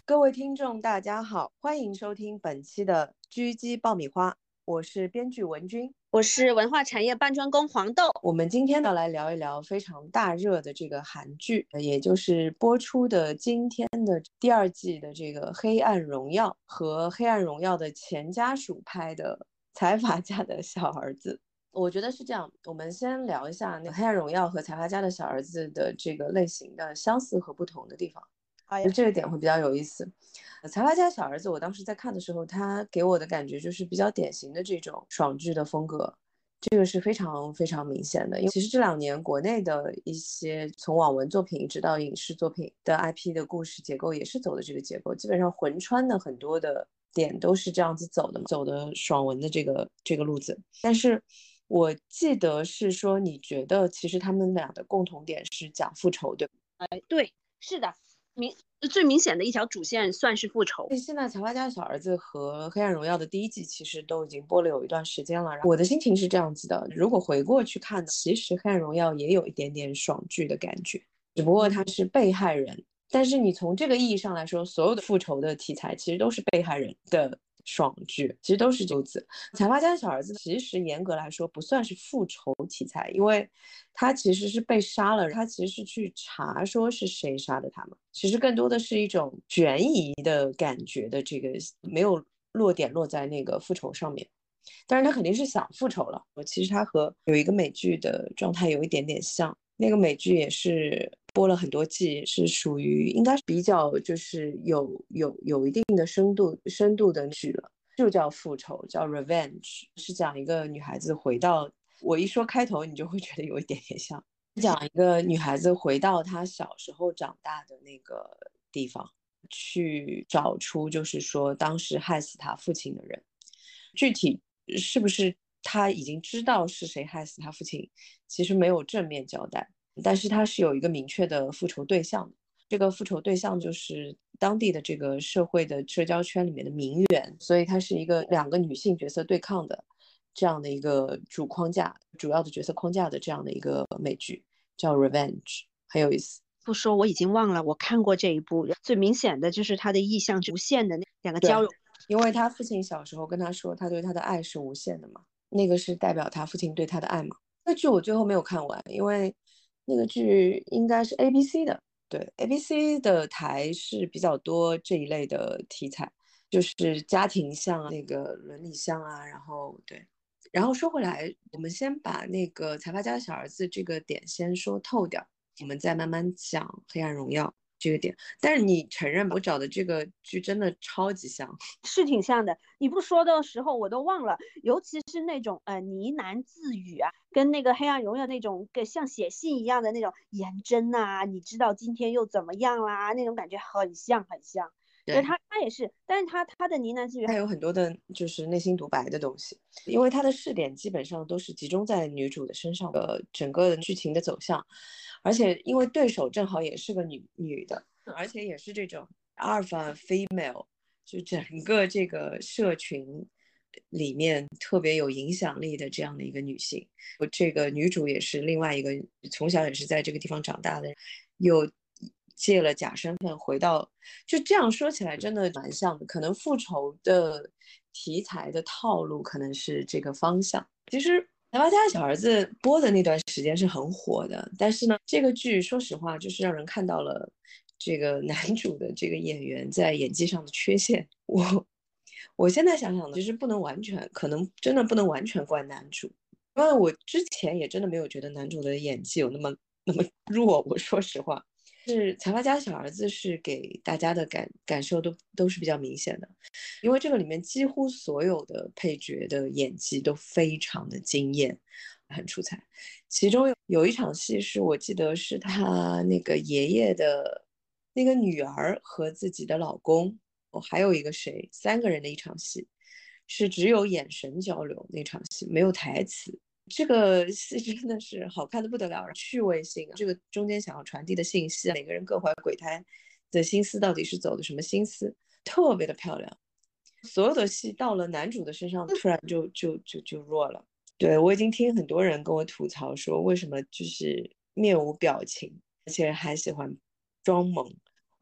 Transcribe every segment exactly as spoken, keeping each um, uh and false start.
各位听众大家好，欢迎收听本期的狙击爆米花，我是编剧文君， 我是文化产业搬砖工黄豆。 我们今天要来聊一聊非常大热的这个韩剧，也就是播出的今天的第二季的这个《黑暗荣耀》和《黑暗荣耀》的前家属拍的财阀家的小儿子。我觉得是这样，我们先聊一下那个《黑暗荣耀》和财阀家的小儿子的这个类型的相似和不同的地方。 好呀， 这个点会比较有意思。财阀家小儿子，我当时在看的时候，他给我的感觉就是比较典型的这种爽剧的风格，这个是非常非常明显的。因为其实这两年国内的一些从网文作品一直到影视作品的 I P 的故事结构也是走的这个结构，基本上魂穿的很多的点都是这样子走的，走的爽文的这个这个路子。但是我记得是说，你觉得其实他们俩的共同点是讲复仇，对吧？ 哎，对，是的，明最明显的一条主线算是复仇。 现在财阀家的小儿子和黑暗荣耀的第一季其实都已经播了有一段时间了，我的心情是这样子的，如果回过去看，其实黑暗荣耀也有一点点爽剧的感觉，只不过他是被害人，但是你从这个意义上来说，所有的复仇的题材其实都是被害人的爽剧，其实都是这样子。财阀家的小儿子其实严格来说不算是复仇题材，因为他其实是被杀了，他其实是去查说是谁杀的他们，其实更多的是一种悬疑的感觉的，这个没有落点落在那个复仇上面。但是他肯定是想复仇了，其实他和有一个美剧的状态有一点点像，那个美剧也是播了很多季，是属于应该是比较就是有有有一定的深度深度的剧了，就叫复仇，叫 Revenge， 是讲一个女孩子回到，我一说开头你就会觉得有一点点像，讲一个女孩子回到她小时候长大的那个地方，去找出就是说当时害死她父亲的人，具体是不是他已经知道是谁害死他父亲，其实没有正面交代，但是他是有一个明确的复仇对象的。这个复仇对象就是当地的这个社会的社交圈里面的名媛，所以它是一个两个女性角色对抗的这样的一个主框架，主要的角色框架的这样的一个美剧，叫 Revenge， 很有意思。 不说我已经忘了，我看过这一部，最明显的就是他的意象是无限的那两个对， 交融。 因为他父亲小时候跟他说，他对他的爱是无限的嘛，那个是代表他父亲对他的爱嘛。那剧我最后没有看完，因为那个剧应该是 A B C 的，对 A B C 的台是比较多这一类的题材，就是家庭向啊那个伦理向啊，然后对，然后说回来，我们先把那个财阀家的小儿子这个点先说透掉，我们再慢慢讲黑暗荣耀这个点。但是你承认吧，我找的这个剧真的超级像。 是挺像的，你不说的时候我都忘了，尤其是那种呃呢喃自语啊，跟那个《黑暗荣耀》那种跟像写信一样的那种颜真啊，你知道今天又怎么样啦，那种感觉很像很像。对对， 他，他也是，但是他他的呢喃自语它有很多的就是内心独白的东西，因为它的视点基本上都是集中在女主的身上的整个的剧情的走向，而且因为对手正好也是个女女的，而且也是这种阿尔法 female，就整个这个社群里面特别有影响力的这样的一个女性。这个女主也是另外一个从小也是在这个地方长大的，又借了假身份回到，就这样说起来真的蛮像的，可能复仇的题材的套路可能是这个方向。其实《财阀家的小儿子》播的那段时间是很火的，但是呢，这个剧说实话就是让人看到了这个男主的这个演员在演技上的缺陷。我我现在想想呢，其实不能完全，可能真的不能完全怪男主，因为我之前也真的没有觉得男主的演技有那么那么弱。我说实话，是财阀家小儿子是给大家的感感受都都是比较明显的，因为这个里面几乎所有的配角的演技都非常的惊艳，很出彩。其中有有一场戏是我记得是他那个爷爷的那个女儿和自己的老公，哦，还有一个谁，三个人的一场戏，是只有眼神交流那场戏，没有台词。这个戏真的是好看的不得了，趣味性，这个中间想要传递的信息，每个人各怀鬼胎的心思到底是走的什么心思，特别的漂亮。所有的戏到了男主的身上，突然就就就就弱了。对，我已经听很多人跟我吐槽说，为什么就是面无表情，而且还喜欢装萌。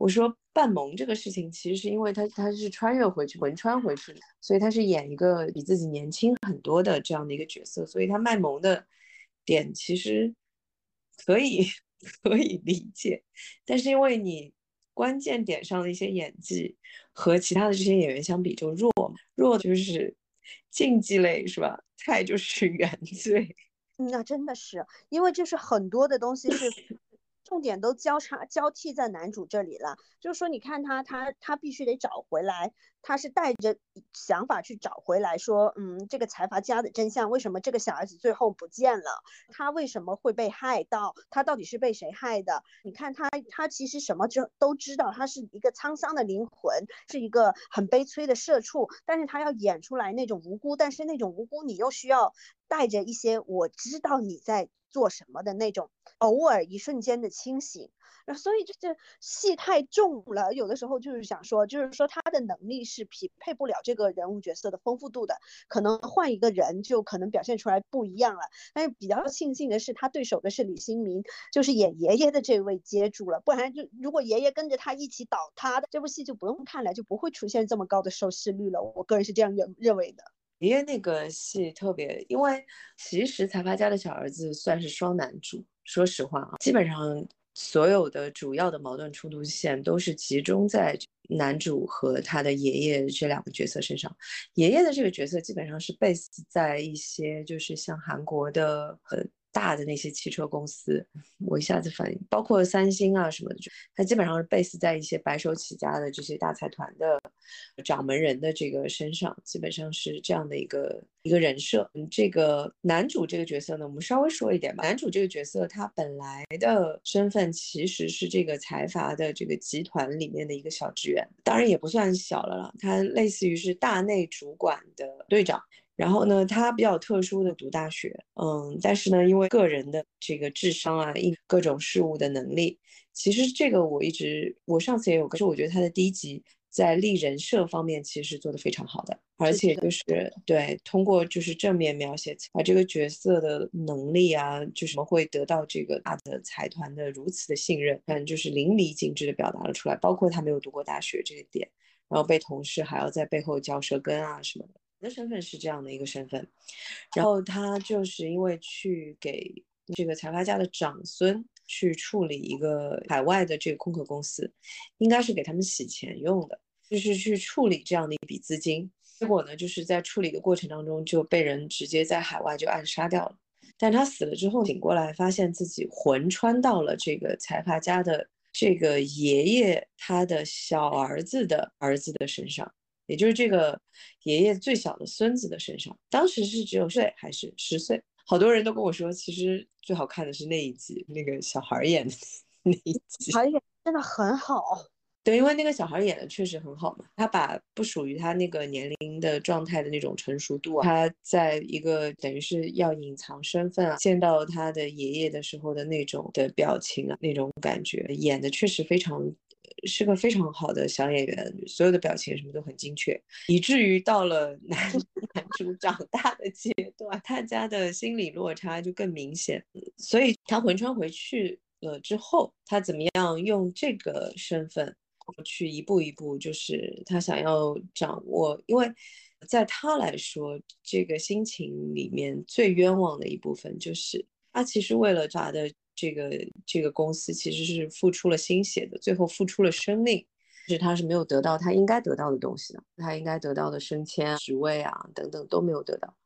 我说半萌这个事情，其实是因为他他是穿越回去魂穿回去，所以他是演一个比自己年轻很多的这样的一个角色，所以他卖萌的点其实可以可以理解，但是因为你关键点上的一些演技和其他的这些演员相比就弱嘛，弱就是竞技类是吧？菜就是原罪。 嗯那真的是，因为就是很多的东西是重点都交叉交替在男主这里了。就是说，你看他他他必须得找回来，他是带着想法去找回来说，嗯，这个财阀家的真相，为什么这个小儿子最后不见了？他为什么会被害到？他到底是被谁害的？你看他他其实什么都知道，他是一个沧桑的灵魂，是一个很悲催的社畜，但是他要演出来那种无辜，但是那种无辜你又需要带着一些我知道你在做什么的那种偶尔一瞬间的清醒。所以这这戏太重了，有的时候就是想说，就是说他的能力是匹配不了这个人物角色的丰富度的，可能换一个人就可能表现出来不一样了。但是比较庆幸的是，他对手的是李新民，就是演爷爷的这位接住了，不然就如果爷爷跟着他一起倒塌的，这部戏就不用看了，就不会出现这么高的收视率了。我个人是这样认认为的。 爷爷那个戏特别，因为其实财阀家的小儿子算是双男主，说实话啊，基本上所有的主要的矛盾冲突线都是集中在男主和他的爷爷这两个角色身上。爷爷的这个角色基本上是 base 在一些就是像韩国的呃大的那些汽车公司，我一下子反应包括三星啊什么的，它基本上是 base 在一些白手起家的这些大财团的掌门人的这个身上，基本上是这样的一个一个人设。嗯，这个男主这个角色呢，我们稍微说一点吧。男主这个角色他本来的身份其实是这个财阀的这个集团里面的一个小职员，当然也不算小了了，他类似于是大内主管的队长。然后呢，他比较特殊的读大学，嗯，但是呢，因为个人的这个智商啊，应各种事物的能力，其实这个我一直，我上次也有，可是我觉得他的第一集在立人设方面其实是做得非常好的，而且就是对通过就是正面描写把这个角色的能力啊，就是会得到这个大的财团的如此的信任，嗯，就是淋漓尽致的表达了出来，包括他没有读过大学这个点，然后被同事还要在背后嚼舌根啊什么的。的身份是这样的一个身份，然后他就是因为去给这个财阀家的长孙去处理一个海外的这个空壳公司，应该是给他们洗钱用的，就是去处理这样的一笔资金。结果呢，就是在处理的过程当中就被人直接在海外就暗杀掉了。但他死了之后醒过来，发现自己魂穿到了这个财阀家的这个爷爷他的小儿子的儿子的身上。也就是这个爷爷最小的孙子的身上，当时是只有岁还是十岁？好多人都跟我说，其实最好看的是那一集，那个小孩演的那一集， 小孩演真的很好。 对，因为那个小孩演的确实很好嘛，他把不属于他那个年龄的状态的那种成熟度啊，他在一个等于是要隐藏身份啊，见到他的爷爷的时候的那种的表情啊，那种感觉，演的确实非常。是个非常好的小演员，所有的表情什么都很精确，以至于到了男男主长大的阶段，他家的心理落差就更明显。所以他魂穿回去了之后，他怎么样用这个身份去一步一步，就是他想要掌握，因为在他来说，这个心情里面最冤枉的一部分就是他其实为了他的这个这个公司其实是付出了心血的，最后付出了生命，是他是没有得到他应该得到的东西的，他应该得到的升迁、职位啊等等都没有得到。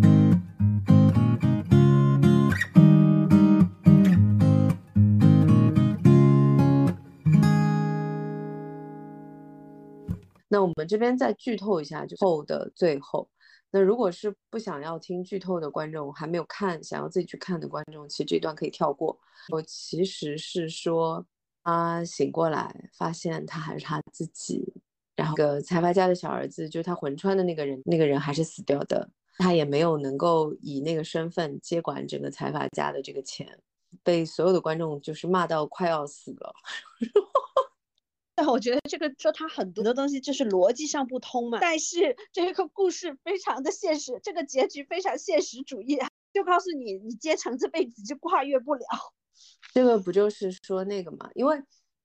那我们这边再剧透一下，就后的最后。那如果是不想要听剧透的观众，还没有看，想要自己去看的观众，其实这段可以跳过。我其实是说，他醒过来，发现他还是他自己，然后个财阀家的小儿子，就是他魂穿的那个人，那个人还是死掉的，他也没有能够以那个身份接管整个财阀家的这个钱，被所有的观众就是骂到快要死了。 但我觉得这个说他很多的东西就是逻辑上不通嘛，但是这个故事非常的现实，这个结局非常现实主义，就告诉你你阶层这辈子就跨越不了。 这个不就是说那个嘛？因为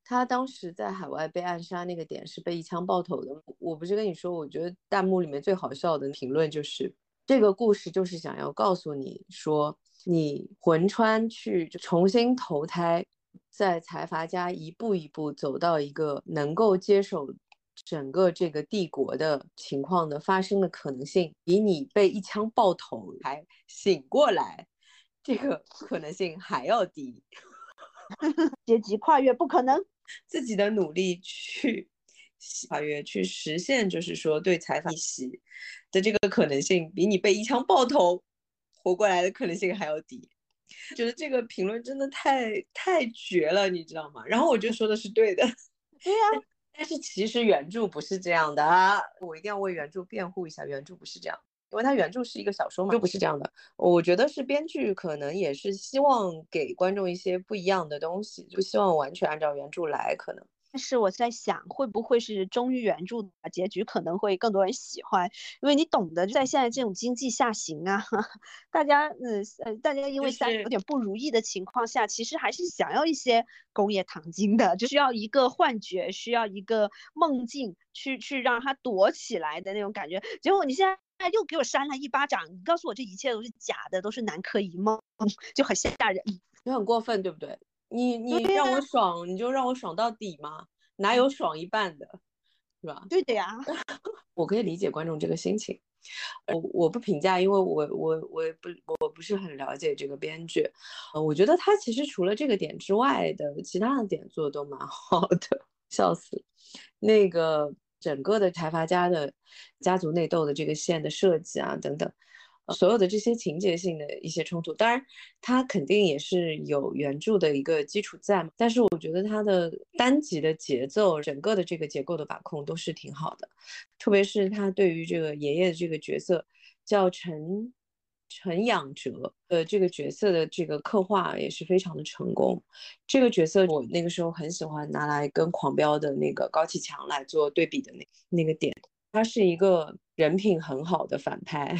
他当时在海外被暗杀那个点是被一枪爆头的。我不是跟你说，我觉得弹幕里面最好笑的评论就是这个故事就是想要告诉你说，你魂穿去重新投胎，在财阀家一步一步走到一个能够接手整个这个帝国的情况的发生的可能性，比你被一枪爆头还醒过来这个可能性还要低。 阶级跨越不可能， 自己的努力去跨越，去实现，就是说对财阀逆袭的这个可能性，比你被一枪爆头活过来的可能性还要低。觉得这个评论真的太太绝了，你知道吗？然后我就说的是对的。 对呀、啊， 但是其实原著不是这样的啊，我一定要为原著辩护一下，原著不是这样。因为它原著是一个小说嘛，就不是这样的。我觉得是编剧可能也是希望给观众一些不一样的东西，就希望完全按照原著来，可能。 但是我在想，会不会是忠于原著的结局可能会更多人喜欢？因为你懂得，在现在这种经济下行啊，大家嗯呃，大家因为在有点不如意的情况下，其实还是想要一些工业糖精的，就需要一个幻觉，需要一个梦境去去让它躲起来的那种感觉。结果你现在又给我扇了一巴掌，你告诉我这一切都是假的，都是南柯一梦，就很吓人， 就很过分，对不对？你你让我爽，你就让我爽到底嘛，哪有爽一半的，是吧？ 对的呀。 我可以理解观众这个心情，我我不评价，因为我我我不我不是很了解这个编剧，呃，我觉得他其实除了这个点之外的其他的点做的都蛮好的，笑死。那个整个的财阀家的家族内斗的这个线的设计啊等等。所有的这些情节性的一些冲突，当然它肯定也是有原著的一个基础在嘛，但是我觉得它的单集的节奏，整个的这个结构的把控都是挺好的，特别是他对于这个爷爷的这个角色叫陈陈养哲的这个角色的这个刻画也是非常的成功。这个角色我那个时候很喜欢拿来跟狂飙的那个高启强来做对比的那那个点，他是一个人品很好的反派。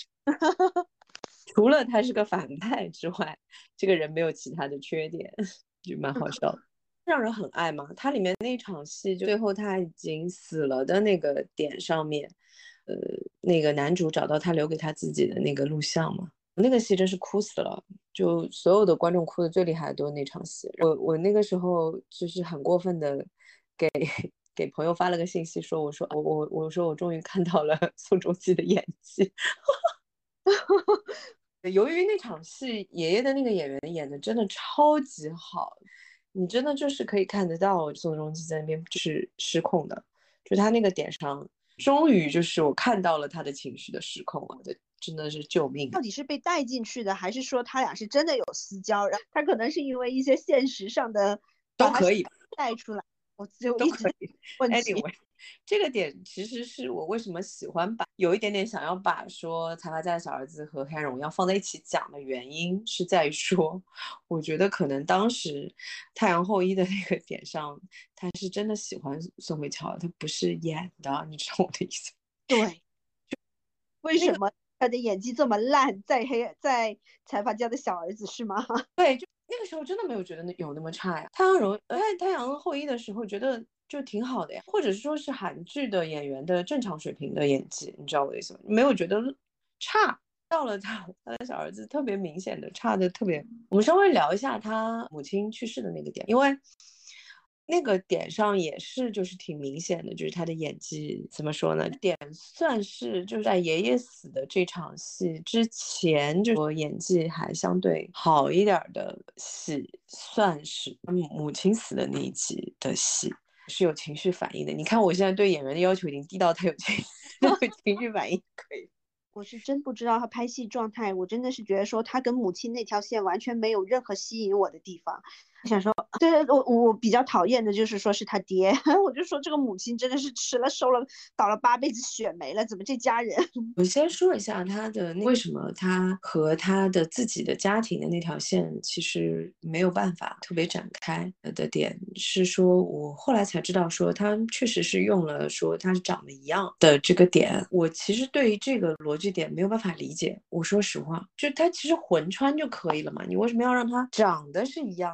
除了他是个反派之外，这个人没有其他的缺点，就蛮好笑的，让人很爱嘛。他里面那场戏，就最后他已经死了的那个点上面，呃，那个男主找到他留给他自己的那个录像嘛，那个戏真是哭死了，就所有的观众哭的最厉害的都是那场戏。我我那个时候就是很过分的给给朋友发了个信息说，我说我我我说我终于看到了宋仲基的演技。由于那场戏，爷爷的那个演员演的真的超级好，你真的就是可以看得到宋仲基在那边是失控的，就他那个点上，终于就是我看到了他的情绪的失控，我的真的是救命！ 到底是被带进去的，还是说他俩是真的有私交？然后他可能是因为一些现实上的都可以带出来，我就都可以。 问题。 Anyway，这个点其实是我为什么喜欢把有一点点想要把说财阀家的小儿子和黑暗荣耀放在一起讲的原因，是在于说，我觉得可能当时太阳后裔的那个点上，他是真的喜欢宋慧乔，他不是演的，你知道我的意思？ 对，为什么他的演技这么烂？在黑在财阀家的小儿子是吗？ 对，就那个时候真的没有觉得有那么差呀。太阳荣太太阳后裔的时候觉得就挺好的呀，或者说是韩剧的演员的正常水平的演技，你知道我的意思吗？没有觉得差。到了他他的小儿子特别明显的差的特别。我们稍微聊一下他母亲去世的那个点，因为那个点上也是就是挺明显的，就是他的演技怎么说呢？点算是就是在爷爷死的这场戏之前，就说演技还相对好一点的戏，算是母亲死的那一集的戏是有情绪反应的。你看我现在对演员的要求已经低到他有情有情绪反应可以。 我是真不知道他拍戏状态，我真的是觉得说他跟母亲那条线完全没有任何吸引我的地方。我想说，对我我比较讨厌的就是说是他爹，我就说这个母亲真的是吃了受了倒了八辈子血霉了，怎么这家人？ 我先说一下他的为什么他和他的自己的家庭的那条线其实没有办法特别展开的点是说，我后来才知道说他确实是用了说他是长得一样的这个点，我其实对于这个逻辑点没有办法理解。我说实话，就他其实魂穿就可以了嘛，你为什么要让他长得是一样的，在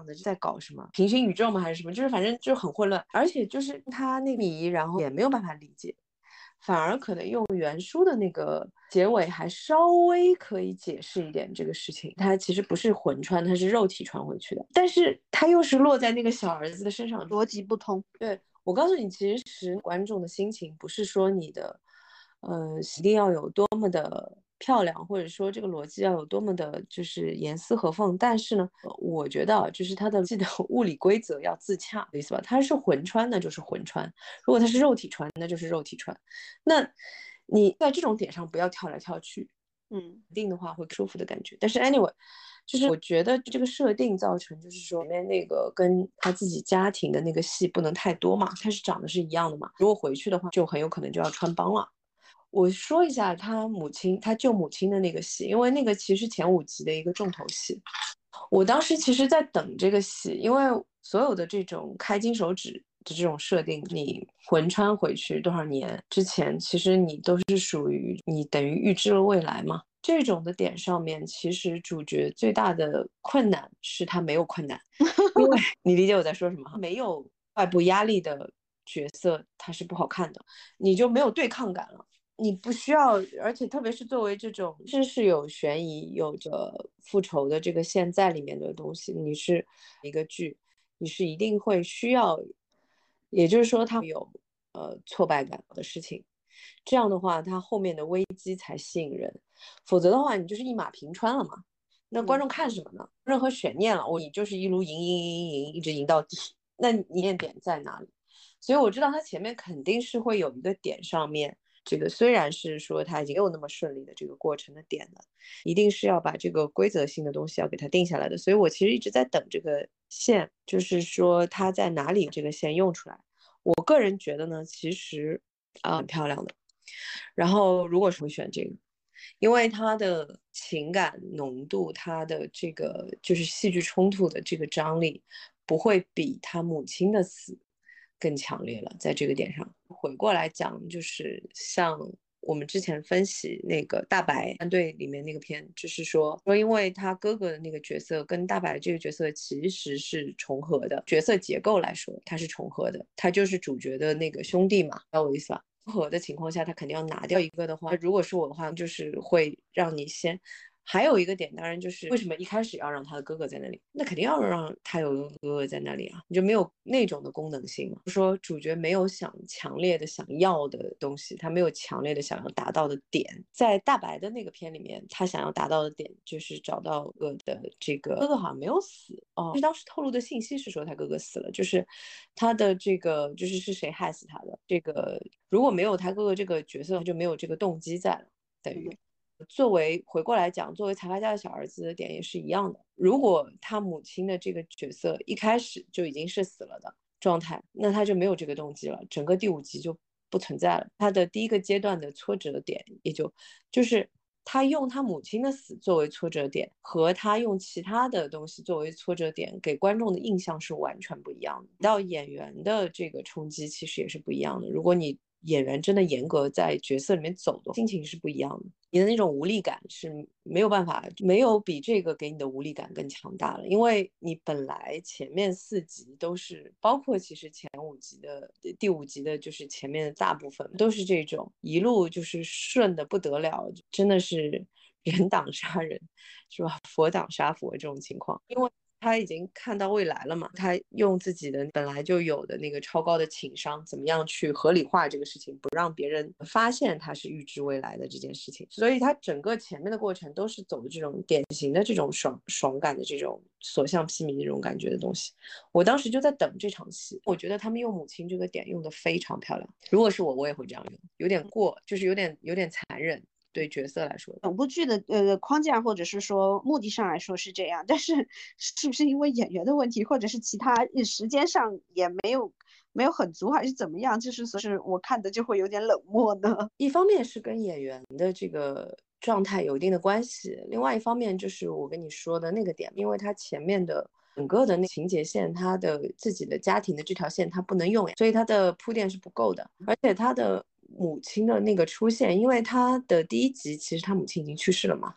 搞什么平行宇宙吗还是什么，就是反正就很混乱，而且就是他那迷，然后也没有办法理解，反而可能用原书的那个结尾还稍微可以解释一点这个事情，他其实不是魂穿，他是肉体传回去的，但是他又是落在那个小儿子的身上， 逻辑不通。 对，我告诉你，其实观众的心情不是说你的呃一定要有多么的漂亮，或者说这个逻辑要有多么的就是严丝合缝，但是呢，我觉得就是它的记得物理规则要自洽，意思吧？它是魂穿那就是魂穿，如果它是肉体穿那就是肉体穿，那你在这种点上不要跳来跳去， 嗯， 定的话会舒服的感觉。但是 anyway，就是我觉得这个设定造成就是说里面那个跟他自己家庭的那个戏不能太多嘛，他是长得是一样的嘛，如果回去的话就很有可能就要穿帮了。我说一下他母亲他救母亲的那个戏，因为那个其实前五集的一个重头戏，我当时其实在等这个戏，因为所有的这种开金手指的这种设定，你魂穿回去多少年之前，其实你都是属于你等于预知了未来嘛。这种的点上面，其实主角最大的困难是他没有困难，因为你理解我在说什么？没有外部压力的角色，他是不好看的，你就没有对抗感了。你不需要，而且特别是作为这种是是有悬疑、有着复仇的这个线在里面的东西，你是一个剧，你是一定会需要，也就是说，它有呃挫败感的事情，这样的话，它后面的危机才吸引人，否则的话，你就是一马平川了嘛。那观众看什么呢？任何悬念了，我你就是一路赢赢赢赢赢，一直赢到底，那你念点在哪里？所以我知道他前面肯定是会有一个点上面。这个虽然是说他已经没有那么顺利的这个过程的点了，一定是要把这个规则性的东西要给他定下来的。所以我其实一直在等这个线，就是说他在哪里这个线用出来。我个人觉得呢，其实啊、呃、很漂亮的。然后如果是会选这个，因为他的情感浓度，他的这个就是戏剧冲突的这个张力，不会比他母亲的死更强烈了。在这个点上，回过来讲，就是像我们之前分析那个大白队里面那个片，就是说说因为他哥哥的那个角色跟大白这个角色其实是重合的，角色结构来说它是重合的，他就是主角的那个兄弟嘛，知道我意思吧？合的情况下，他肯定要拿掉一个的话，如果是我的话，就是会让你先。还有一个点，当然就是为什么一开始要让他的哥哥在那里？那肯定要让他有个哥哥在那里啊，你就没有那种的功能性嘛？说主角没有想强烈的想要的东西，他没有强烈的想要达到的点。在大白的那个片里面，他想要达到的点就是找到哥的这个哥哥好像没有死哦，其实当时透露的信息是说他哥哥死了，就是他的这个就是是谁害死他的？这个如果没有他哥哥这个角色，他就没有这个动机在了，等于。作为回过来讲，作为财阀家的小儿子的点也是一样的。如果他母亲的这个角色一开始就已经是死了的状态，那他就没有这个动机了，整个第五集就不存在了。他的第一个阶段的挫折点，也就就是他用他母亲的死作为挫折点，和他用其他的东西作为挫折点，给观众的印象是完全不一样的。到演员的这个冲击其实也是不一样的。如果你演员真的严格在角色里面走的心情是不一样的，你的那种无力感是没有办法，没有比这个给你的无力感更强大了，因为你本来前面四集都是，包括其实前五集的第五集的，就是前面的大部分都是这种一路就是顺的不得了，真的是人挡杀人，是吧？佛挡杀佛这种情况，因为。他已经看到未来了嘛，他用自己的本来就有的那个超高的情商，怎么样去合理化这个事情，不让别人发现他是预知未来的这件事情。所以他整个前面的过程都是走的这种典型的这种爽爽感的这种所向披靡的这种感觉的东西。我当时就在等这场戏，我觉得他们用母亲这个点用的非常漂亮。如果是我，我也会这样用，有点过，就是有点有点残忍。对角色来说， 整部剧的呃框架或者是说目的上来说是这样，但是是不是因为演员的问题，或者是其他时间上也没有没有很足，还是怎么样？就是所以我看的就会有点冷漠呢。 一方面是跟演员的这个状态有一定的关系，另外一方面就是我跟你说的那个点，因为他前面的整个的那情节线，他的自己的家庭的这条线他不能用呀，所以他的铺垫是不够的，而且他的母亲的那个出现，因为他的第一集其实他母亲已经去世了嘛， 对的，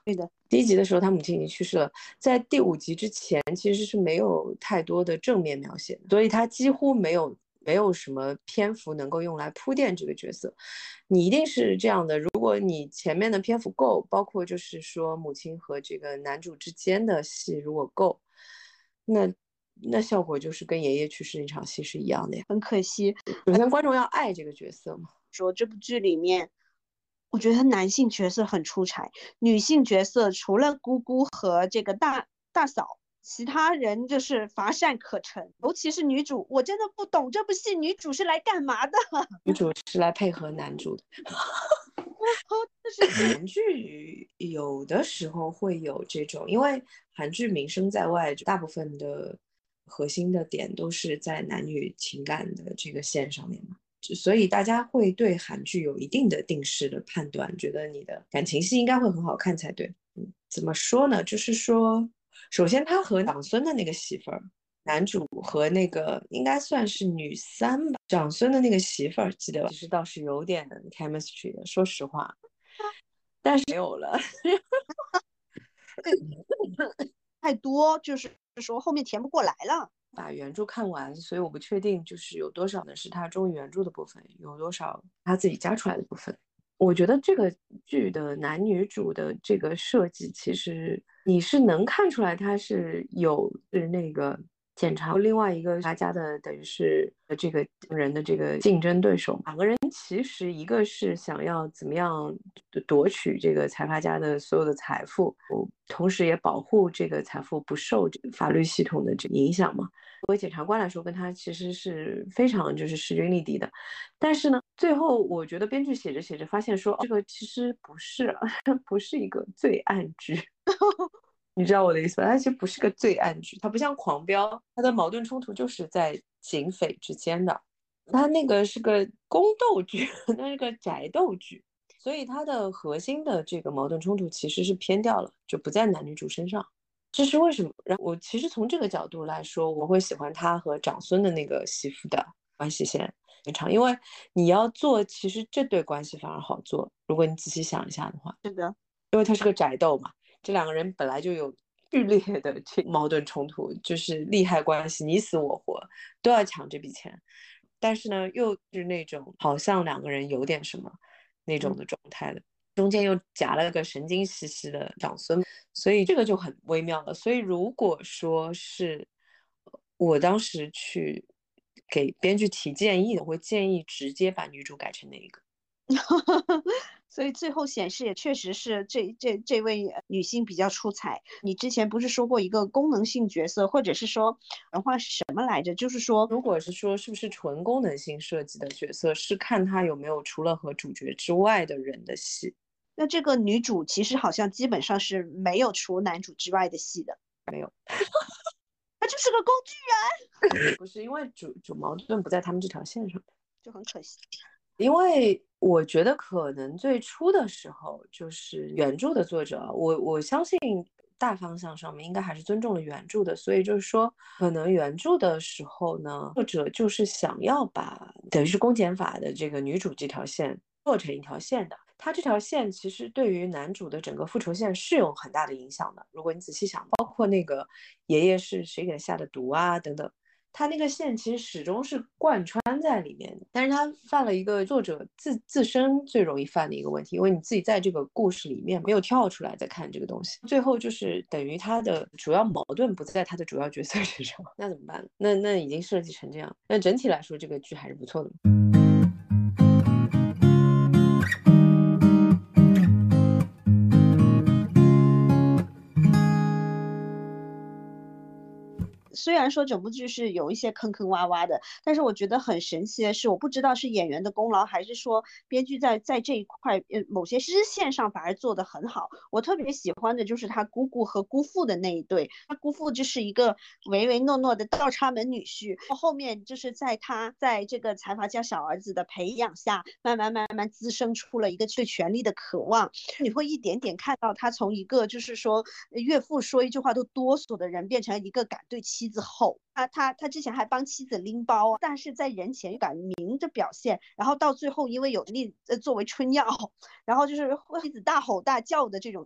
第一集的时候他母亲已经去世了，在第五集之前其实是没有太多的正面描写，所以他几乎没有没有什么篇幅能够用来铺垫这个角色。你一定是这样的，如果你前面的篇幅够，包括就是说母亲和这个男主之间的戏如果够，那那效果就是跟爷爷去世那场戏是一样的呀。 很可惜， 首先观众要爱这个角色嘛。 说这部剧里面我觉得男性角色很出彩，女性角色除了姑姑和这个大大嫂，其他人就是乏善可陈。尤其是女主，我真的不懂这部戏女主是来干嘛的。 女主是来配合男主的。韩剧有的时候会有这种，因为韩剧名声在外，大部分的核心的点都是在男女情感的这个线上面嘛。所以大家会对韩剧有一定的定式的判断，觉得你的感情戏应该会很好看才对。嗯，怎么说呢？就是说，首先他和长孙的那个媳妇儿，男主和那个应该算是女三吧，长孙的那个媳妇儿，记得其实倒是有点 chemistry 的，说实话，但是没有了。 太多，就是说后面填不过来了。 把原著看完，所以我不确定就是有多少呢是他忠于原著的部分，有多少他自己加出来的部分。我觉得这个剧的男女主的这个设计，其实你是能看出来他是有是那个检查另外一个他家的等于是这个人的这个竞争对手，两个人其实一个是想要怎么样夺取这个财阀家的所有的财富，同时也保护这个财富不受这个法律系统的这个影响嘛。作为检察官来说，跟他其实是非常就是势均力敌的。但是呢，最后我觉得编剧写着写着发现说，哦、这个其实不是，不是一个罪案剧。你知道我的意思吧？它其实不是个罪案剧，它不像《狂飙》，它的矛盾冲突就是在警匪之间的。它那个是个宫斗剧，那是个宅斗剧，所以它的核心的这个矛盾冲突其实是偏掉了，就不在男女主身上。这是为什么？我其实从这个角度来说，我会喜欢他和长孙的那个媳妇的关系线非常，因为你要做，其实这对关系反而好做。如果你仔细想一下的话， 是的， 因为它是个宅斗嘛，这两个人本来就有剧烈的这矛盾冲突，就是利害关系，你死我活，都要抢这笔钱。但是呢，又是那种好像两个人有点什么那种的状态的。中间又夹了个神经兮兮的长孙，所以这个就很微妙了。所以如果说是我当时去给编剧提建议，我会建议直接把女主改成那一个。 所以最后显示也确实是这这这位女性比较出彩。你之前不是说过一个功能性角色，或者是说原话是什么来着？就是说， 如果是说是不是纯功能性设计的角色，是看他有没有除了和主角之外的人的戏。 那这个女主其实好像基本上是没有除男主之外的戏的， 没有， 她就是个工具人。不是因为主主矛盾不在他们这条线上， 就很可惜。 因为我觉得可能最初的时候就是原著的作者，我我相信大方向上面应该还是尊重了原著的，所以就是说，可能原著的时候呢，作者就是想要把等于是公检法的这个女主这条线做成一条线的。他这条线其实对于男主的整个复仇线是有很大的影响的。如果你仔细想，包括那个爷爷是谁给他下的毒啊等等，他那个线其实始终是贯穿在里面的。但是他犯了一个作者自自身最容易犯的一个问题，因为你自己在这个故事里面没有跳出来再看这个东西，最后就是等于他的主要矛盾不在他的主要角色身上，那怎么办？那那已经设计成这样，那整体来说这个剧还是不错的。 虽然说整部剧是有一些坑坑洼洼的，但是我觉得很神奇的是，我不知道是演员的功劳，还是说编剧在在这一块呃某些支线上反而做得很好。我特别喜欢的就是他姑姑和姑父的那一对，他姑父就是一个唯唯诺诺的倒插门女婿，后面就是在他在这个财阀家小儿子的培养下，慢慢慢慢滋生出了一个对权力的渴望。你会一点点看到他从一个就是说岳父说一句话都哆嗦的人，变成一个敢对妻子吼。他他他之前还帮妻子拎包，但是在人前又敢明着表现，然后到最后因为有力呃作为春药，然后就是妻子大吼大叫的这种。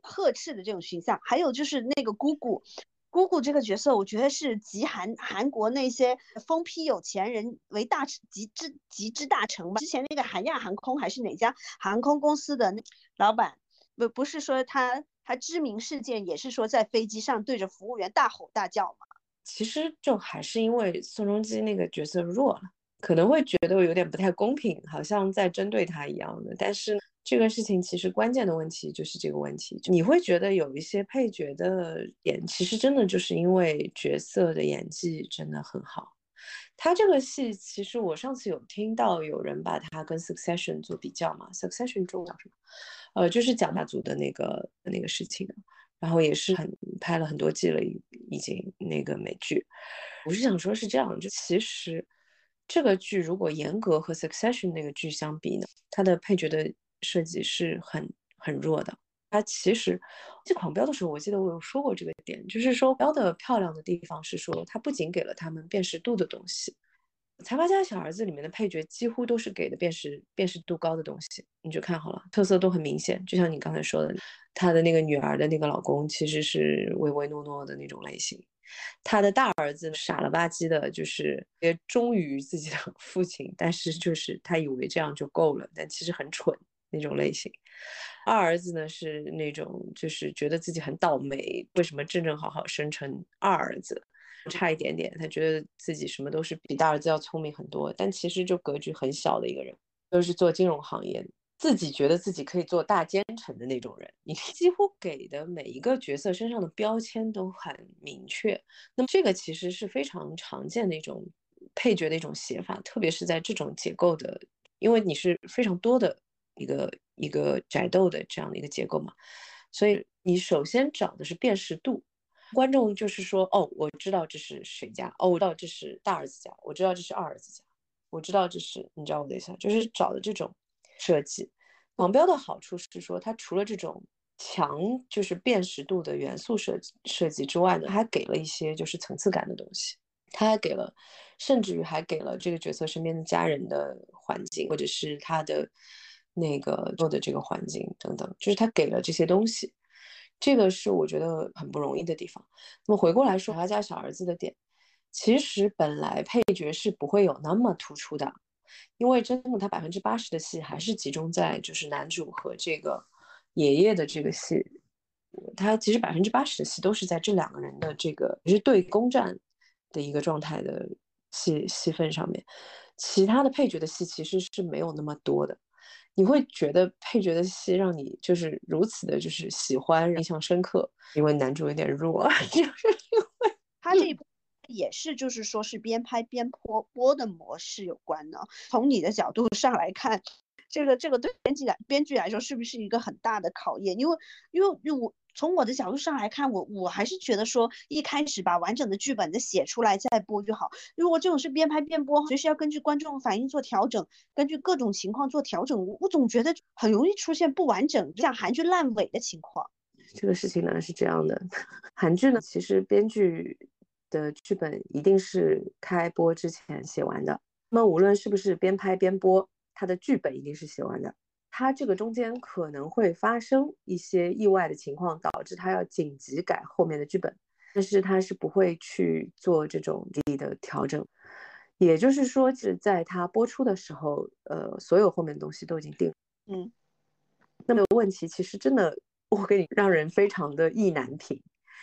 呵斥的这种形象。还有就是那个姑姑。姑姑这个角色，我觉得是集韩韩国那些疯批有钱人为大极之极之大成吧。之前那个韩亚航空还是哪家航空公司的老板，不不是说他他知名事件也是说在飞机上对着服务员大吼大叫嘛。 其实就还是因为宋仲基那个角色弱了，可能会觉得有点不太公平，好像在针对他一样的。但是这个事情其实关键的问题就是这个问题，你会觉得有一些配角的演，其实真的就是因为角色的演技真的很好。他这个戏其实我上次有听到有人把它跟 Succession 做比较嘛 ，Succession 中叫什么？呃，就是讲家族的那个那个事情，然后也是很拍了很多季了，已经那个美剧。我是想说，是这样，就其实这个剧如果严格和 Succession 那个剧相比呢，它的配角的设计是很很弱的。它其实在狂飙的时候，我记得我有说过这个点，就是说飙的漂亮的地方是说，它不仅给了他们辨识度的东西。财阀家小儿子里面的配角几乎都是给的辨识辨识度高的东西，你就看好了，特色都很明显。就像你刚才说的，他的那个女儿的那个老公其实是唯唯诺诺的那种类型，他的大儿子傻了吧唧的，就是也忠于自己的父亲，但是就是他以为这样就够了，但其实很蠢那种类型。二儿子呢是那种就是觉得自己很倒霉，为什么正正好好生成二儿子？差一点点，他觉得自己什么都是比大儿子要聪明很多，但其实就格局很小的一个人，都是做金融行业，自己觉得自己可以做大奸臣的那种人。你几乎给的每一个角色身上的标签都很明确，那么这个其实是非常常见的一种配角的一种写法，特别是在这种结构的，因为你是非常多的一个一个宅斗的这样的一个结构嘛，所以你首先找的是辨识度。观众就是说，哦，我知道这是谁家，哦，我知道这是大儿子家，我知道这是二儿子家，我知道这是，你知道我的意思，就是找的这种设计。狂飙的好处是说，它除了这种强就是辨识度的元素设计设计之外呢，还给了一些就是层次感的东西。他还给了，甚至于还给了这个角色身边的家人的环境，或者是他的那个做的这个环境等等，就是他给了这些东西。这个是我觉得很不容易的地方。那么回过来说，他家小儿子的点，其实本来配角是不会有那么突出的，因为真的他百分之八十的戏还是集中在就是男主和这个爷爷的这个戏，他其实百分之八十的戏都是在这两个人的这个是对攻战的一个状态的戏戏份上面，其他的配角的戏其实是没有那么多的。你会觉得配角的戏让你就是如此的，就是喜欢、印象深刻，因为男主有点弱，就是因为他这一部也是就是说是边拍边播播的模式有关的。从你的角度上来看，这个这个对编剧来编剧来说是不是一个很大的考验？因为因为我从我的角度上来看，我我还是觉得说一开始把完整的剧本的写出来再播就好。如果这种是边拍边播，随时要根据观众反应做调整，根据各种情况做调整，我我总觉得很容易出现不完整，像韩剧烂尾的情况。 这个事情呢是这样的，韩剧呢其实编剧的剧本一定是开播之前写完的，那么无论是不是边拍边播，他的剧本一定是写完的。他这个中间可能会发生一些意外的情况，导致他要紧急改后面的剧本，但是他是不会去做这种力的调整。也就是说，是在他播出的时候，呃，所有后面的东西都已经定了。 嗯， 那么问题其实真的，我跟你让人非常的意难平。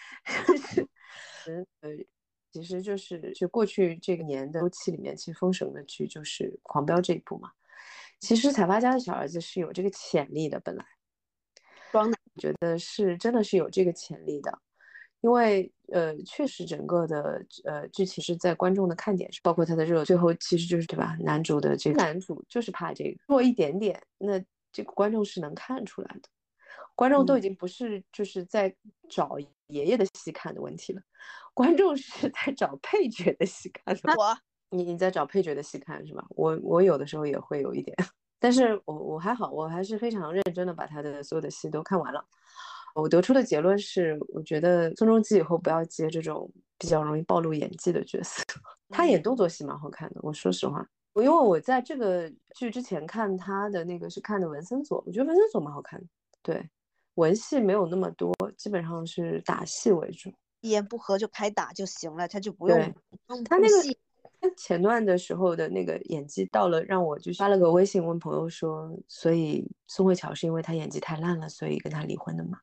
呃，其实就是就过去这个年的周期里面，其实封神的剧就是《狂飙》这一部嘛。其实财阀家的小儿子是有这个潜力的，本来装男觉得是真的是有这个潜力的，因为呃，确实整个的呃剧情是在观众的看点上，包括他的热，最后其实就是对吧？男主的这个男主就是怕这个弱一点点，那这个观众是能看出来的。观众都已经不是就是在找爷爷的戏看的问题了，观众是在找配角的戏看的。 我你你在找配角的戏看是吧？我我有的时候也会有一点，但是我我还好，我还是非常认真的把他的所有的戏都看完了。我得出的结论是，我觉得宋仲基以后不要接这种比较容易暴露演技的角色。他演动作戏蛮好看的，我说实话。因为我在这个剧之前看他的那个是看的文森佐，我觉得文森佐蛮好看的。对， 文戏没有那么多，基本上是打戏为主。 一言不合就开打就行了，他就不用对， 不用他那个碰戏。 前段的时候的那个演技到了，让我就发了个微信问朋友说，所以宋慧乔是因为他演技太烂了，所以跟他离婚的吗？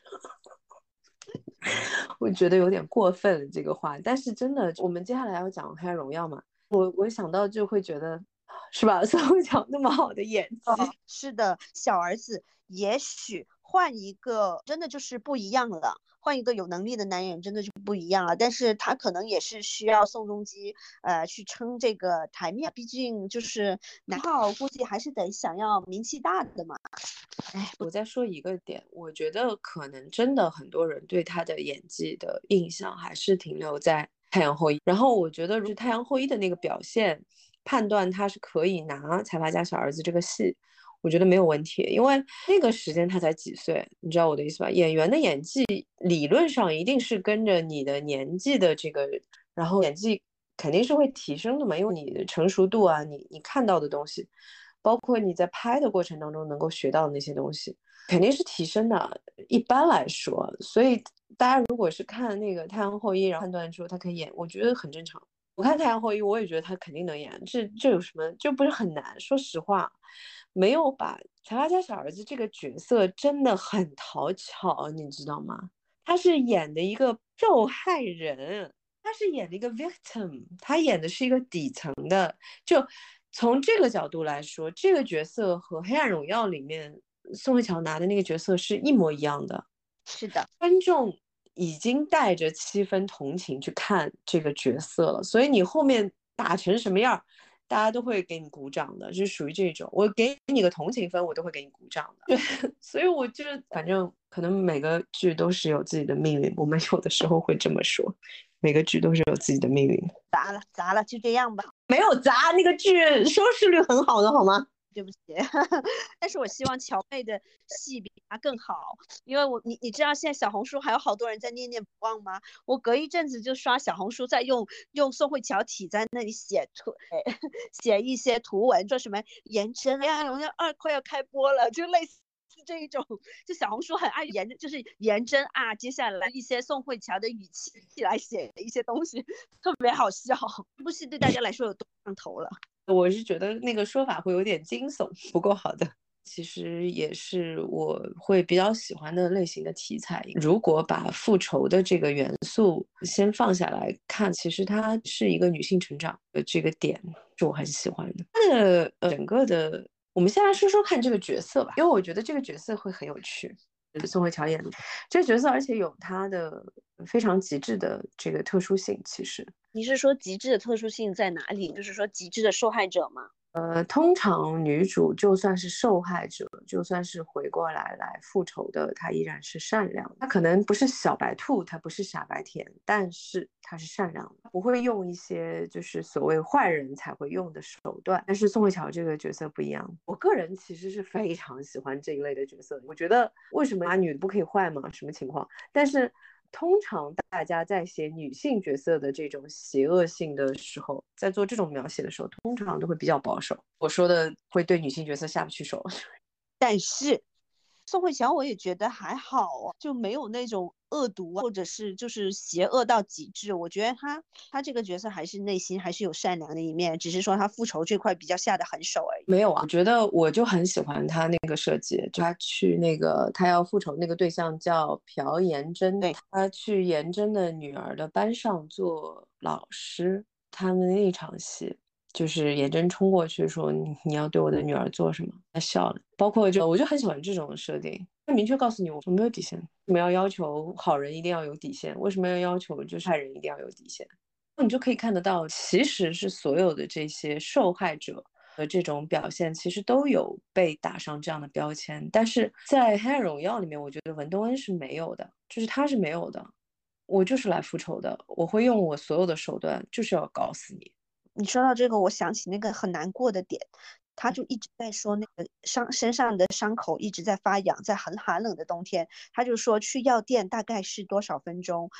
我觉得有点过分了这个话，但是真的，我们接下来要讲《黑暗荣耀》嘛，我我想到就会觉得，是吧？宋慧乔那么好的演技， 是的，小儿子也许换一个，真的就是不一样了。换一个有能力的男人，真的就不一样了。但是他可能也是需要宋仲基，呃，去撑这个台面。毕竟就是男号，估计还是得想要名气大的嘛。 哎，我再说一个点，我觉得可能真的很多人对他的演技的印象还是停留在《太阳后裔》，然后我觉得如《果太阳后裔》的那个表现，判断他是可以拿财阀家小儿子这个戏，我觉得没有问题，因为那个时间他才几岁，你知道我的意思吧？演员的演技理论上一定是跟着你的年纪的这个，然后演技肯定是会提升的嘛，因为你的成熟度啊，你你看到的东西。包括你在拍的过程当中能够学到的那些东西，肯定是提升的。一般来说，所以大家如果是看那个《太阳后裔》，然后判断出他可以演，我觉得很正常。我看《太阳后裔》，我也觉得他肯定能演，这这有什么？这不是很难？说实话，没有把财阀家小儿子这个角色真的很讨巧，你知道吗？他是演的一个受害人，他是演的一个 victim，他演的是一个底层的，就从这个角度来说，这个角色和《黑暗荣耀》里面宋慧乔拿的那个角色是一模一样的。 是的， 观众已经带着七分同情去看这个角色了，所以你后面打成什么样，大家都会给你鼓掌的，就是属于这种，我给你个同情分，我都会给你鼓掌的。对，所以我就反正可能每个剧都是有自己的命运，我们有的时候会这么说，每个剧都是有自己的命运。 砸了砸了，就这样吧。 没有砸，那个剧收视率很好的好吗？ 对不起，但是我希望乔妹的戏比她更好，因为我你你知道现在小红书还有好多人在念念不忘吗？我隔一阵子就刷小红书，在用用宋慧乔体在那里写图，写一些图文，说什么颜真《黑暗荣耀二》快要开播了，就类似。这一种，就小红书很爱颜，就是颜真啊，接下来一些宋慧乔的语气来写一些东西，特别好笑。这部戏对大家来说有多上头了？ 我是觉得那个说法会有点惊悚，不够好的。其实也是我会比较喜欢的类型的题材。如果把复仇的这个元素先放下来看，其实它是一个女性成长的这个点，是我很喜欢的。它的呃整个的，我们先来说说看这个角色吧，因为我觉得这个角色会很有趣。宋慧乔演的这个角色，而且有她的非常极致的这个特殊性。其实， 你是说极致的特殊性在哪里？就是说极致的受害者吗？ 呃，通常女主就算是受害者，就算是回过来来复仇的，她依然是善良的。她可能不是小白兔，她不是傻白甜，但是她是善良的，不会用一些就是所谓坏人才会用的手段。但是宋慧乔这个角色不一样，我个人其实是非常喜欢这一类的角色。我觉得为什么啊，女的不可以坏吗？什么情况？但是通常大家在写女性角色的这种邪恶性的时候，在做这种描写的时候，通常都会比较保守。我说的会对女性角色下不去手。 但是宋慧乔我也觉得还好哦，就没有那种恶毒啊，或者是就是邪恶到极致。我觉得她她这个角色还是内心还是有善良的一面，只是说她复仇这块比较下得狠手而已。 没有啊，我觉得我就很喜欢他那个设计，就他去那个他要复仇那个对象叫朴妍珍， 对， 他去妍珍的女儿的班上做老师，他们那一场戏。就是颜真冲过去说你你要对我的女儿做什么，他笑了。包括就我就很喜欢这种设定，他明确告诉你我没有底线，为什么要要求好人一定要有底线？为什么要要求就是害人一定要有底线？你就可以看得到，其实是所有的这些受害者的这种表现，其实都有被打上这样的标签。但是在《黑暗荣耀》里面，我觉得文东恩是没有的，就是他是没有的。我就是来复仇的，我会用我所有的手段，就是要搞死你。 你说到这个，我想起那个很难过的点，他就一直在说那个伤身上的伤口一直在发痒，在很寒冷的冬天，他就说去药店大概是多少分钟，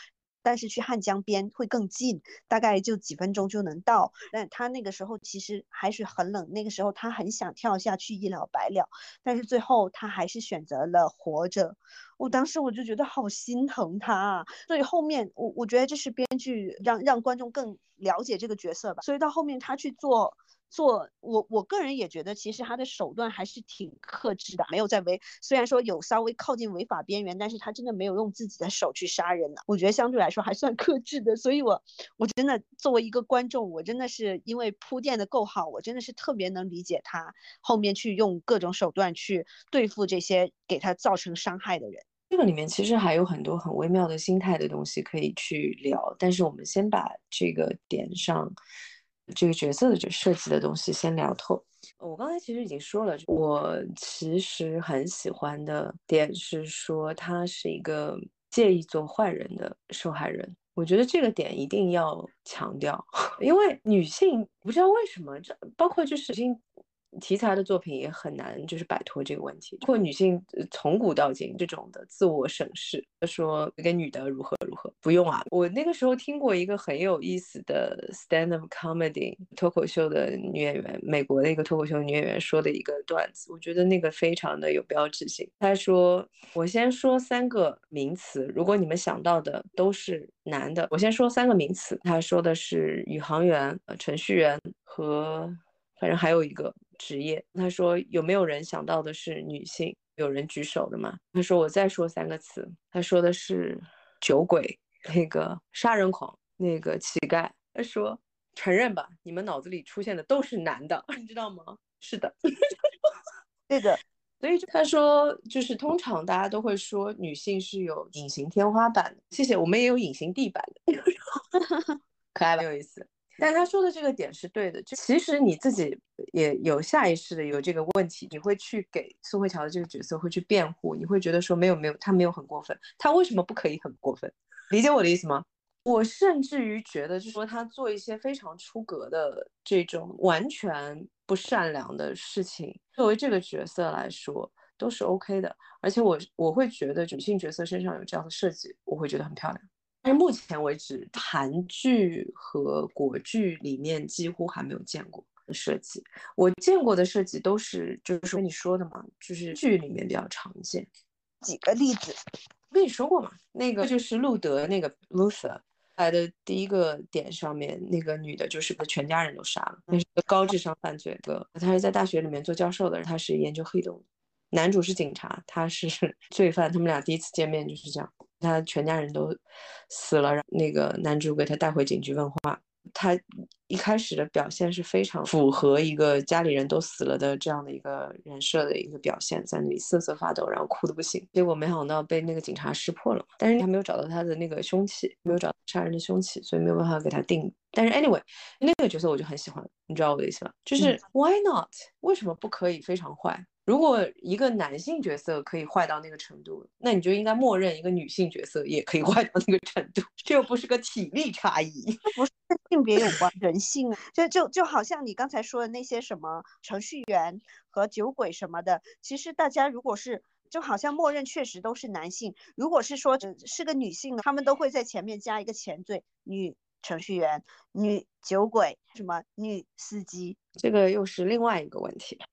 但是去汉江边会更近，大概就几分钟就能到。但他那个时候其实还是很冷，那个时候他很想跳下去一了百了，但是最后他还是选择了活着。我当时我就觉得好心疼他啊，所以后面我我觉得这是编剧让让观众更了解这个角色吧，所以到后面他去做做我我个人也觉得，其实他的手段还是挺克制的，没有在违，虽然说有稍微靠近违法边缘，但是他真的没有用自己的手去杀人的，我觉得相对来说还算克制的。所以我我真的作为一个观众，我真的是因为铺垫的够好，我真的是特别能理解他后面去用各种手段去对付这些给他造成伤害的人。 这个里面其实还有很多很微妙的心态的东西可以去聊，但是我们先把这个点上这个角色的设计的东西先聊透。我刚才其实已经说了，我其实很喜欢的点是说他是一个介意做坏人的受害人，我觉得这个点一定要强调，因为女性不知道为什么，这包括就是女性题材的作品也很难就是摆脱这个问题，包括女性从古到今这种的自我审视，说一个女的如何如何，不用啊。我那个时候听过一个很有意思的 stand-up comedy 脱口秀的女演员，美国的一个脱口秀女演员说的一个段子，我觉得那个非常的有标志性。她说，我先说三个名词，如果你们想到的都是男的，我先说三个名词。她说的是宇航员、程序员和反正还有一个职业。他说有没有人想到的是女性？有人举手的吗？他说我再说三个词。他说的是酒鬼、那个杀人狂、那个乞丐。他说承认吧，你们脑子里出现的都是男的，你知道吗？是的。 对的。 所以他说就是通常大家都会说女性是有隐形天花板的，谢谢，我们也有隐形地板的。可爱吧，有意思。但他说的这个点是对的，就其实你自己也有下意识的有这个问题，你会去给宋慧乔的这个角色会去辩护，你会觉得说没有没有，他没有很过分，他为什么不可以很过分？理解我的意思吗？我甚至于觉得，就是说他做一些非常出格的这种完全不善良的事情，作为这个角色来说都是 OK 的。而且我我会觉得女性角色身上有这样的设计，我会觉得很漂亮。但是目前为止，韩剧和国剧里面几乎还没有见过的设计。我见过的设计都是，就是跟你说的嘛，就是剧里面比较常见。 几个例子， 我跟你说过嘛，那个就是路德那个 Luther 来的第一个点上面，那个女的就是把全家人都杀了，那是个高智商犯罪的，他是在大学里面做教授的，他是研究黑洞的。男主是警察，他是罪犯，他们俩第一次见面就是这样。他全家人都死了，那个男主给他带回警局问话。他一开始的表现是非常符合一个家里人都死了的这样的一个人设的一个表现，在那里瑟瑟发抖，然后哭得不行。结果没想到被那个警察识破了，但是还没有找到他的那个凶器，没有找到杀人的凶器，所以没有办法给他定。但是 anyway， 那个角色我就很喜欢，你知道我的意思吧？就是 why not？ 为什么不可以非常坏？如果一个男性角色可以坏到那个程度，那你就应该默认一个女性角色也可以坏到那个程度，这又不是个体力差异， 不是跟性别有关，人性啊，就就就好像你刚才说的那些什么程序员和酒鬼什么的，其实大家如果是就好像默认确实都是男性，如果是说是个女性，他们都会在前面加一个前缀，女程序员、女酒鬼、什么女司机， 这个又是另外一个问题。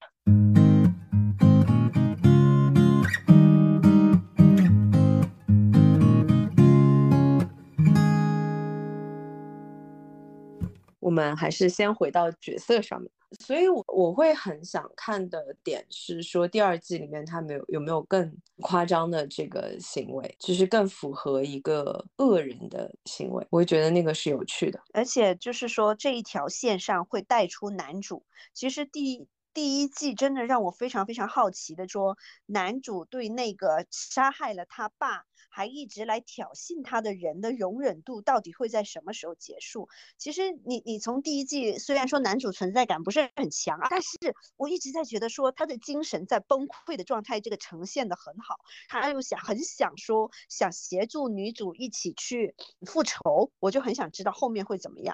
我们还是先回到角色上面，所以我我会很想看的点是说第二季里面他没有有没有更夸张的这个行为，就是更符合一个恶人的行为，我会觉得那个是有趣的。 而且就是说这一条线上会带出男主，其实第第一季真的让我非常非常好奇的说，男主对那个杀害了他爸还一直来挑衅他的人的容忍度到底会在什么时候结束？其实你你从第一季虽然说男主存在感不是很强，但是我一直在觉得说他的精神在崩溃的状态这个呈现的很好，他又想很想说想协助女主一起去复仇，我就很想知道后面会怎么样。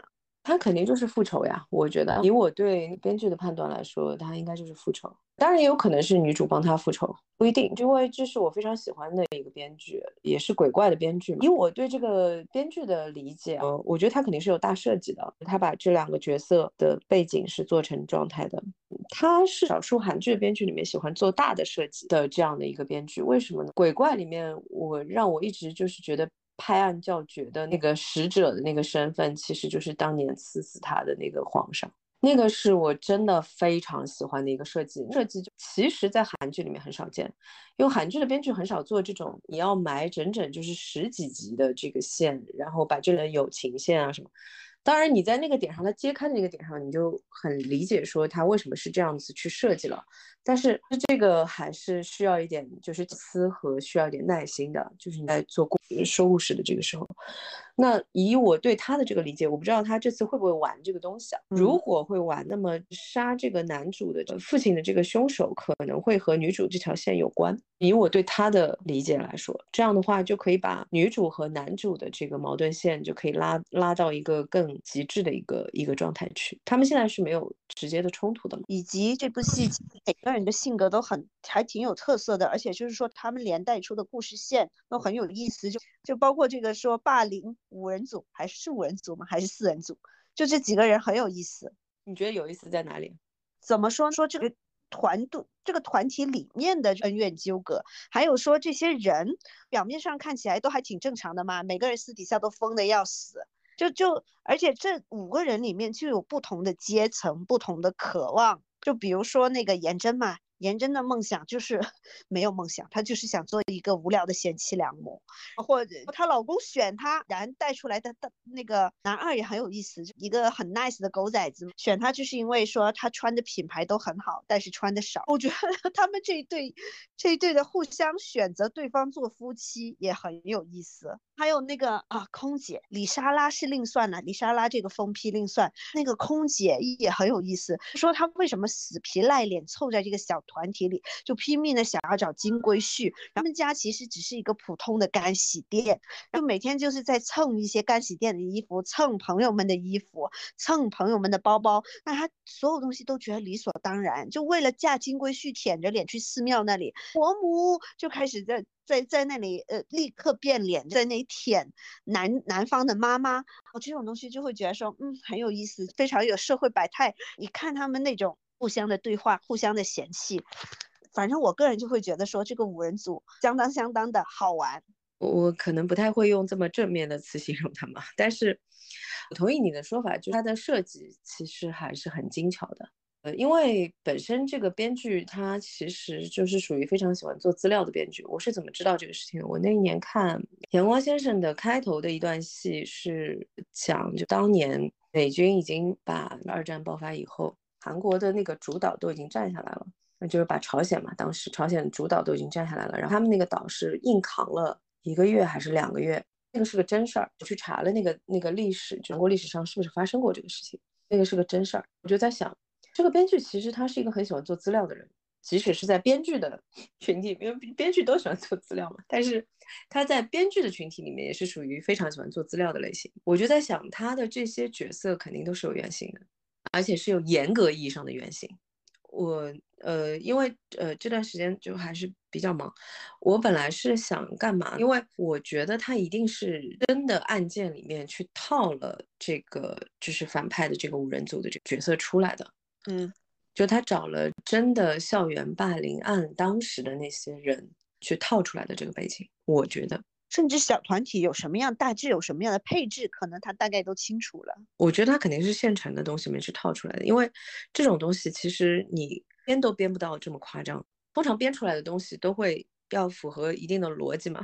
他肯定就是复仇呀，我觉得以我对编剧的判断来说，他应该就是复仇。当然也有可能是女主帮他复仇，不一定，因为这是我非常喜欢的一个编剧，也是鬼怪的编剧嘛。以我对这个编剧的理解，呃，我觉得他肯定是有大设计的，他把这两个角色的背景是做成状态的。他是少数韩剧的编剧里面喜欢做大的设计的这样的一个编剧，为什么呢？鬼怪里面我让我一直就是觉得拍案叫绝的那个使者的那个身份，其实就是当年刺死他的那个皇上。那个是我真的非常喜欢的一个设计，设计其实在韩剧里面很少见，因为韩剧的编剧很少做这种你要埋整整就是十几集的这个线，然后把这人友情线啊什么。当然你在那个点上，他揭开的那个点上，你就很理解说他为什么是这样子去设计了。但是这个还是需要一点就是思和需要一点耐心的，就是你在做收故事的这个时候。那以我对他的这个理解，我不知道他这次会不会玩这个东西啊？如果会玩，那么杀这个男主的父亲的这个凶手可能会和女主这条线有关。以我对他的理解来说，这样的话就可以把女主和男主的这个矛盾线就可以拉拉到一个更极致的一个一个状态去。他们现在是没有直接的冲突的嘛？ 以及这部戏每个人的性格都很还挺有特色的，而且就是说他们连带出的故事线都很有意思，就就包括这个说霸凌五人组还是五人组吗？还是四人组？就这几个人很有意思。 你觉得有意思在哪里？ 怎么说？说这个团队这个团体里面的恩怨纠葛，还有说这些人表面上看起来都还挺正常的嘛，每个人私底下都疯的要死。就就而且这五个人里面就有不同的阶层、不同的渴望。就比如说那个颜真嘛，颜真的梦想就是没有梦想，她就是想做一个无聊的贤妻良母，或者她老公选她，然带出来的那个男二也很有意思，一个很 nice 的狗崽子，选他就是因为说他穿的品牌都很好，但是穿的少。我觉得他们这一对这一对的互相选择对方做夫妻也很有意思。还有那个啊，空姐李莎拉是另算了，李莎拉这个疯批另算，那个空姐也很有意思，说她为什么死皮赖脸凑在这个小团体里，就拼命的想要找金龟婿。他们家其实只是一个普通的干洗店，就每天就是在蹭一些干洗店的衣服，蹭朋友们的衣服，蹭朋友们的包包。那他所有东西都觉得理所当然，就为了嫁金龟婿，舔着脸去寺庙那里，伯母就开始在在在那里呃立刻变脸，在那里舔男男方的妈妈。哦，这种东西就会觉得说，嗯，很有意思，非常有社会百态。你看他们那种互相的对话，互相的嫌弃。反正我个人就会觉得说，这个五人组相当相当的好玩。 我可能不太会用这么正面的词形容他们，但是我同意你的说法，就是它的设计其实还是很精巧的。呃，因为本身这个编剧他其实就是属于非常喜欢做资料的编剧。我是怎么知道这个事情的？我那一年看阳光先生的开头的一段戏是讲，就当年美军已经把二战爆发以后，韩国的那个主岛都已经占下来了。那就是把朝鲜嘛，当时朝鲜主岛都已经占下来了，然后他们那个岛是硬扛了一个月还是两个月，那个是个真事儿，我去查了那个那个历史，中国历史上是不是发生过这个事情，那个是个真事儿。我就在想，这个编剧其实他是一个很喜欢做资料的人，即使是在编剧的群体，因为编剧都喜欢做资料嘛，但是他在编剧的群体里面也是属于非常喜欢做资料的类型。我就在想，他的这些角色肯定都是有原型的，而且是有严格意义上的原型。我呃，因为呃这段时间就还是比较忙，我本来是想干嘛？因为我觉得他一定是真的案件里面去套了这个就是反派的这个五人组的这个角色出来的。 嗯， 就他找了真的校园霸凌案当时的那些人去套出来的这个背景，我觉得。 甚至小团体有什么样，大致有什么样的配置，可能他大概都清楚了。 我觉得他肯定是现成的东西面去套出来的，因为这种东西其实你编都编不到这么夸张，通常编出来的东西都会要符合一定的逻辑嘛。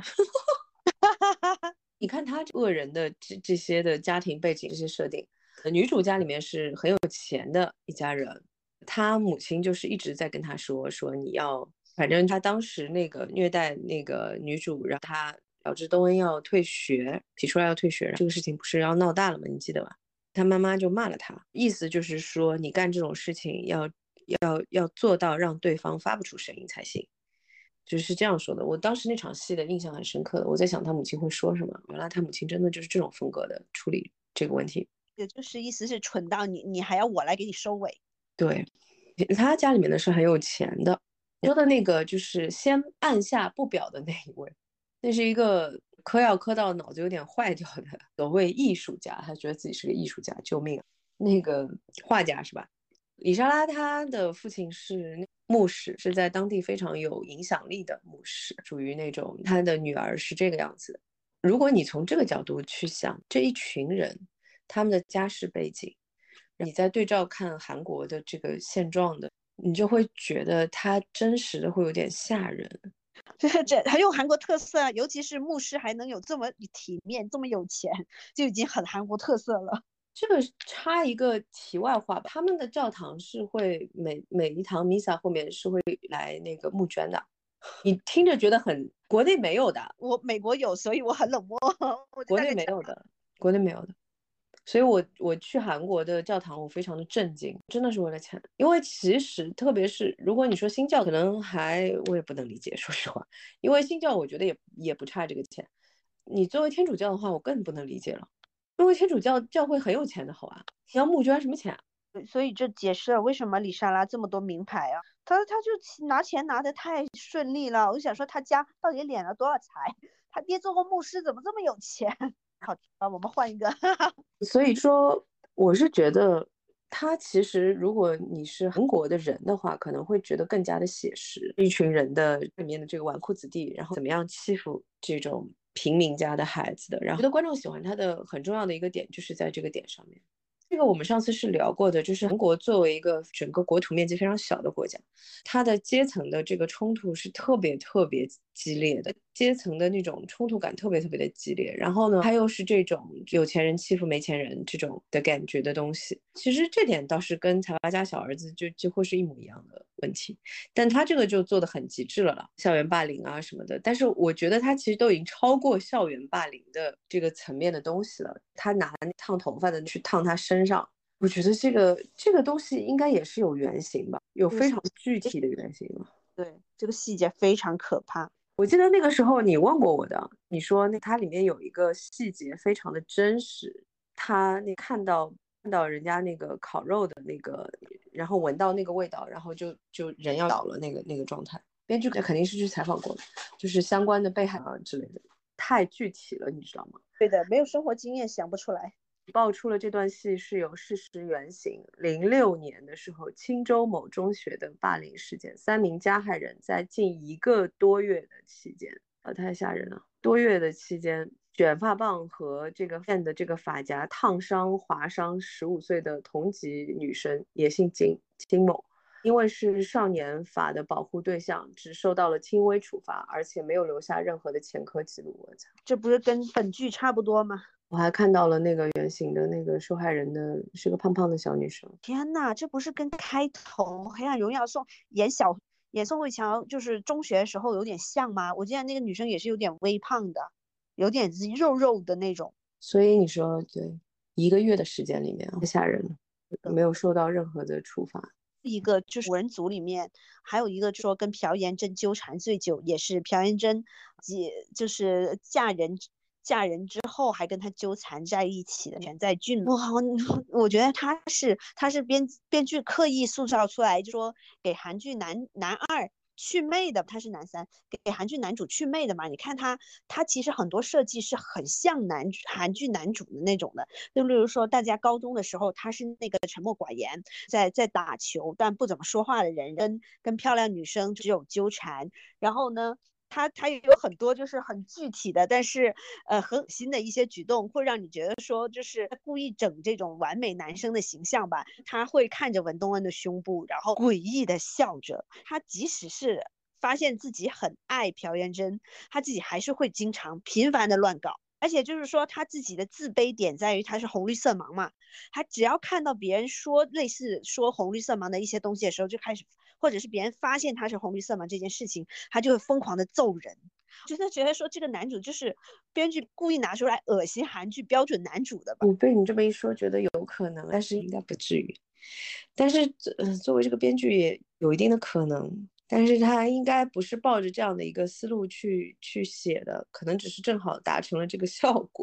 你看他恶人的这这些的家庭背景这些设定，女主家里面是很有钱的一家人，他母亲就是一直在跟他说说你要，反正他当时那个虐待那个女主，让他导致东恩要退学，提出来要退学，这个事情不是要闹大了吗？你记得吧？他妈妈就骂了他，意思就是说你干这种事情要要要做到让对方发不出声音才行。就是这样说的。我当时那场戏的印象很深刻的，我在想他母亲会说什么。原来他母亲真的就是这种风格的处理这个问题。 也就是意思是蠢到你你还要我来给你收尾。 对，他家里面的是很有钱的。你说的那个就是先按下不表的那一位，那是一个嗑药嗑到脑子有点坏掉的所谓艺术家，他觉得自己是个艺术家，救命啊！那个画家是吧？李莎拉她的父亲是牧师，是在当地非常有影响力的牧师，属于那种他的女儿是这个样子的。如果你从这个角度去想这一群人他们的家世背景，你再对照看韩国的这个现状的，你就会觉得它真实的会有点吓人。 这这很有韩国特色啊，尤其是牧师还能有这么体面、这么有钱，就已经很韩国特色了。 这个插一个题外话吧，他们的教堂是会每每一堂弥撒后面是会来那个募捐的，你听着觉得很国内没有的。 我美国有，所以我很冷漠。我国内没有的，国内没有的。所以我我去韩国的教堂，我非常的震惊，真的是为了钱。因为其实特别是如果你说新教，可能还我也不能理解，说实话，因为新教我觉得也也不差这个钱。你作为天主教的话，我更不能理解了，因为天主教教会很有钱的好啊，你要募捐什么钱啊？ 所以这解释了为什么李莎拉这么多名牌啊，他他就拿钱拿得太顺利了。我就想说他家到底敛了多少财？他爹做过牧师，怎么这么有钱？好，啊，我们换一个。 所以说，我是觉得他其实，如果你是韩国的人的话，可能会觉得更加的写实，一群人的里面的这个纨绔子弟，然后怎么样欺负这种平民家的孩子的。然后，我觉得观众喜欢他的很重要的一个点就是在这个点上面。这个我们上次是聊过的，就是韩国作为一个整个国土面积非常小的国家，它的阶层的这个冲突是特别特别激烈的，阶层的那种冲突感特别特别的激烈。然后呢，它又是这种有钱人欺负没钱人这种的感觉的东西。其实这点倒是跟财阀家小儿子就几乎是一模一样的问题，但他这个就做的很极致了啦，校园霸凌啊什么的。但是我觉得他其实都已经超过校园霸凌的这个层面的东西了。他拿烫头发的去烫他身上，我觉得这个这个东西应该也是有原型吧，有非常具体的原型吧。 对，这个细节非常可怕。 我记得那个时候你问过我的，你说那它里面有一个细节非常的真实，他那看到看到人家那个烤肉的那个，然后闻到那个味道，然后就就人要倒了那个那个状态。编剧肯定是去采访过的，就是相关的被害啊之类的，太具体了，你知道吗？ 对的，没有生活经验想不出来。 爆出了这段戏是有事实原型。零六年的时候，青州某中学的霸凌事件，三名加害人在近一个多月的期间，啊，太吓人了！多月的期间，卷发棒和这个 fan 的这个发夹烫伤、划伤十五岁的同级女生，也姓金，金某。因为是少年法的保护对象，只受到了轻微处罚，而且没有留下任何的前科记录。我操， 这不是跟本剧差不多吗？ 我还看到了那个原型的那个受害人的是个胖胖的小女生。 天呐，这不是跟开头《黑暗荣耀》宋演小演宋慧乔就是中学的时候有点像吗？我记得那个女生也是有点微胖的，有点肉肉的那种。 所以你说对，一个月的时间里面太吓人了，没有受到任何的处罚。 一个就是五人组里面，还有一个说跟朴妍珍纠缠最久，也是朴妍珍，就是嫁人嫁人之后还跟他纠缠在一起的全在俊。哇，我觉得他是他是编编剧刻意塑造出来，就说给韩剧男男二去魅的，他是男三，给韩剧男主去魅的嘛。你看他，他其实很多设计是很像男韩剧男主的那种的。就例如说，大家高中的时候，他是那个沉默寡言，在在打球但不怎么说话的人，跟跟漂亮女生只有纠缠。然后呢，他他也有很多就是很具体的，但是呃很恶心的一些举动，会让你觉得说就是故意整这种完美男生的形象吧。他会看着文东恩的胸部，然后诡异的笑着。他即使是发现自己很爱朴妍珍，他自己还是会经常频繁的乱搞。而且就是说，他自己的自卑点在于他是红绿色盲嘛，他只要看到别人说类似说红绿色盲的一些东西的时候，就开始，或者是别人发现他是红绿色盲这件事情，他就会疯狂的揍人。真的觉得说这个男主就是编剧故意拿出来恶心韩剧标准男主的吧？ 我被你这么一说，觉得有可能，但是应该不至于。但是，呃，作为这个编剧也有一定的可能，但是他应该不是抱着这样的一个思路去去写的，可能只是正好达成了这个效果。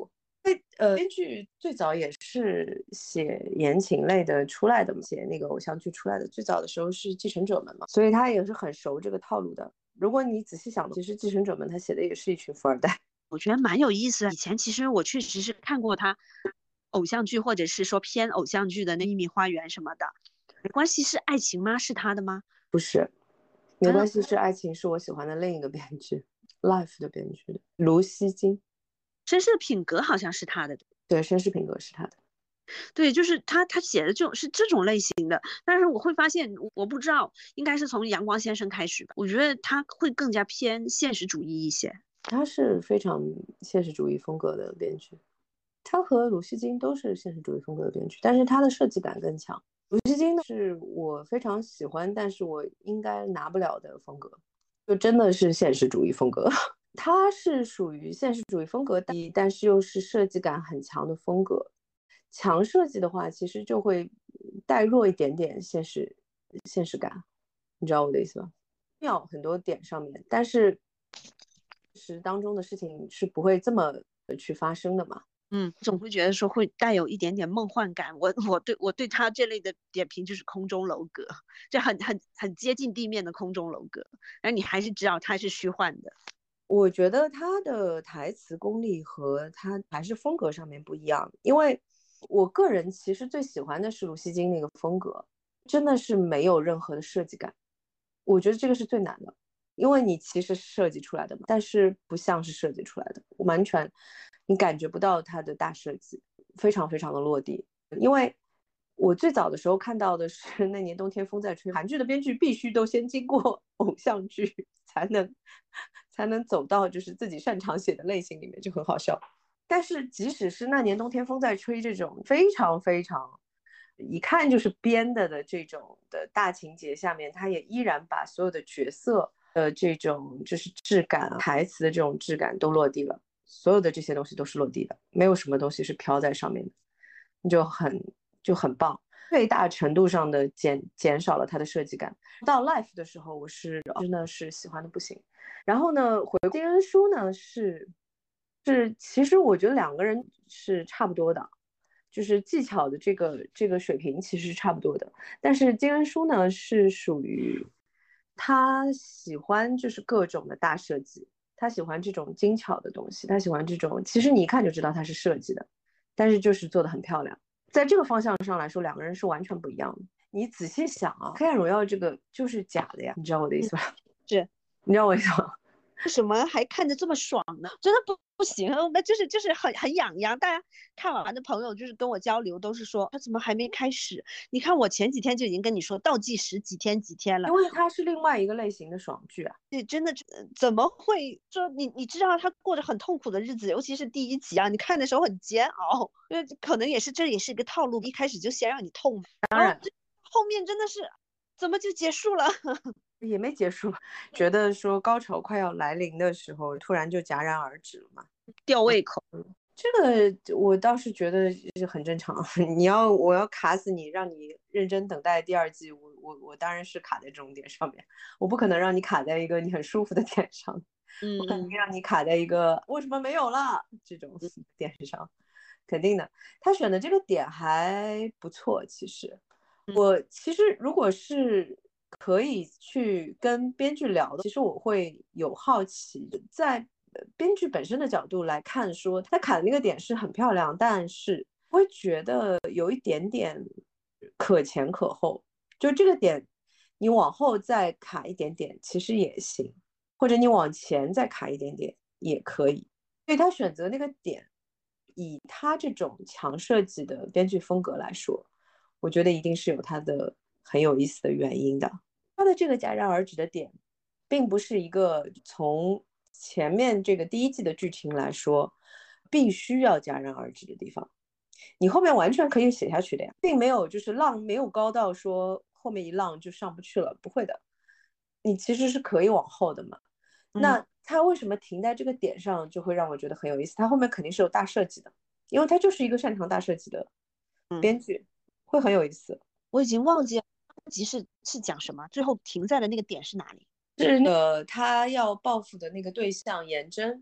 呃，编剧最早也是写言情类的出来的嘛，写那个偶像剧出来的，最早的时候是继承者们嘛，所以他也是很熟这个套路的。如果你仔细想，其实继承者们他写的也是一群富二代， 我觉得蛮有意思的。以前其实我确实是看过他偶像剧，或者是说偏偶像剧的那《秘密花园》什么的。没关系是爱情吗？是他的吗？ 不是，没关系是爱情，是我喜欢的另一个编剧 Life 的编剧的卢锡金。 绅士的品格好像是他的。 对，绅士品格是他的。 对，就是他他写的这种是这种类型的，但是我会发现，我不知道，应该是从阳光先生开始吧，我觉得他会更加偏现实主义一些。 他是非常现实主义风格的编剧，他和鲁西金都是现实主义风格的编剧，但是他的设计感更强。鲁西金是我非常喜欢，但是我应该拿不了的风格，就真的是现实主义风格。他是属于现实主义风格，但是又是设计感很强的风格。强设计的话，其实就会带弱一点点现实现实感，你知道我的意思吧？妙很多点上面，但是实当中的事情是不会这么去发生的嘛。 嗯，总会觉得说会带有一点点梦幻感。我我对我对他这类的点评就是空中楼阁，就很很很接近地面的空中楼阁，而你还是知道它是虚幻的。 我觉得他的台词功力和他还是风格上面不一样，因为我个人其实最喜欢的是卢锡金那个风格，真的是没有任何的设计感。我觉得这个是最难的，因为你其实是设计出来的嘛，但是不像是设计出来的，完全你感觉不到它的大设计，非常非常的落地。因为我最早的时候看到的是那年冬天风在吹，韩剧的编剧必须都先经过偶像剧才能才能走到就是自己擅长写的类型里面，就很好笑。但是即使是那年冬天风在吹这种非常非常一看就是编的的这种的大情节下面，他也依然把所有的角色的这种就是质感、台词的这种质感都落地了，所有的这些东西都是落地的，没有什么东西是飘在上面的，就很就很棒。最大程度上的减减少了它的设计感。到 Life 的时候，我是真的是喜欢的不行。然后呢，回金恩淑呢是是，其实我觉得两个人是差不多的，就是技巧的这个这个水平其实是差不多的。但是金恩淑呢是属于他喜欢就是各种的大设计，他喜欢这种精巧的东西，他喜欢这种其实你一看就知道他是设计的，但是就是做的很漂亮。在这个方向上来说，两个人是完全不一样的。你仔细想啊，《黑暗荣耀》这个就是假的呀，你知道我的意思吧？ 是， 你知道我意思吗？ 为什么还看着这么爽呢？真的不不行，那就是就是很很痒痒。大家看完的朋友就是跟我交流，都是说他怎么还没开始？你看我前几天就已经跟你说倒计时几天几天了， 因为它是另外一个类型的爽剧啊。 这真的怎么会说你你知道他过着很痛苦的日子，尤其是第一集啊，你看的时候很煎熬，因为可能也是这也是一个套路，一开始就先让你痛， 当然后面真的是怎么就结束了？ 也没结束，觉得说高潮快要来临的时候，突然就戛然而止了嘛， 吊胃口。 嗯，这个我倒是觉得是很正常。你要我要卡死你，让你认真等待第二季，我我我当然是卡在这种点上面，我不可能让你卡在一个你很舒服的点上， 嗯， 我肯定让你卡在一个为什么没有了这种点上，肯定的。他选的这个点还不错，其实我其实如果是可以去跟编剧聊的，其实我会有好奇，在编剧本身的角度来看，说他卡的那个点是很漂亮，但是我会觉得有一点点可前可后，就这个点你往后再卡一点点其实也行，或者你往前再卡一点点也可以。所以他选择那个点，以他这种强设计的编剧风格来说，我觉得一定是有他的很有意思的原因的。他的这个戛然而止的点，并不是一个从前面这个第一季的剧情来说必须要戛然而止的地方。你后面完全可以写下去的呀，并没有就是浪没有高到说后面一浪就上不去了，不会的，你其实是可以往后的嘛。那他为什么停在这个点上，就会让我觉得很有意思。他后面肯定是有大设计的，因为他就是一个擅长大设计的编剧，会很有意思。 我已经忘记集是是讲什么，最后停在的那个点是哪里？ 是那个他要报复的那个对象颜真，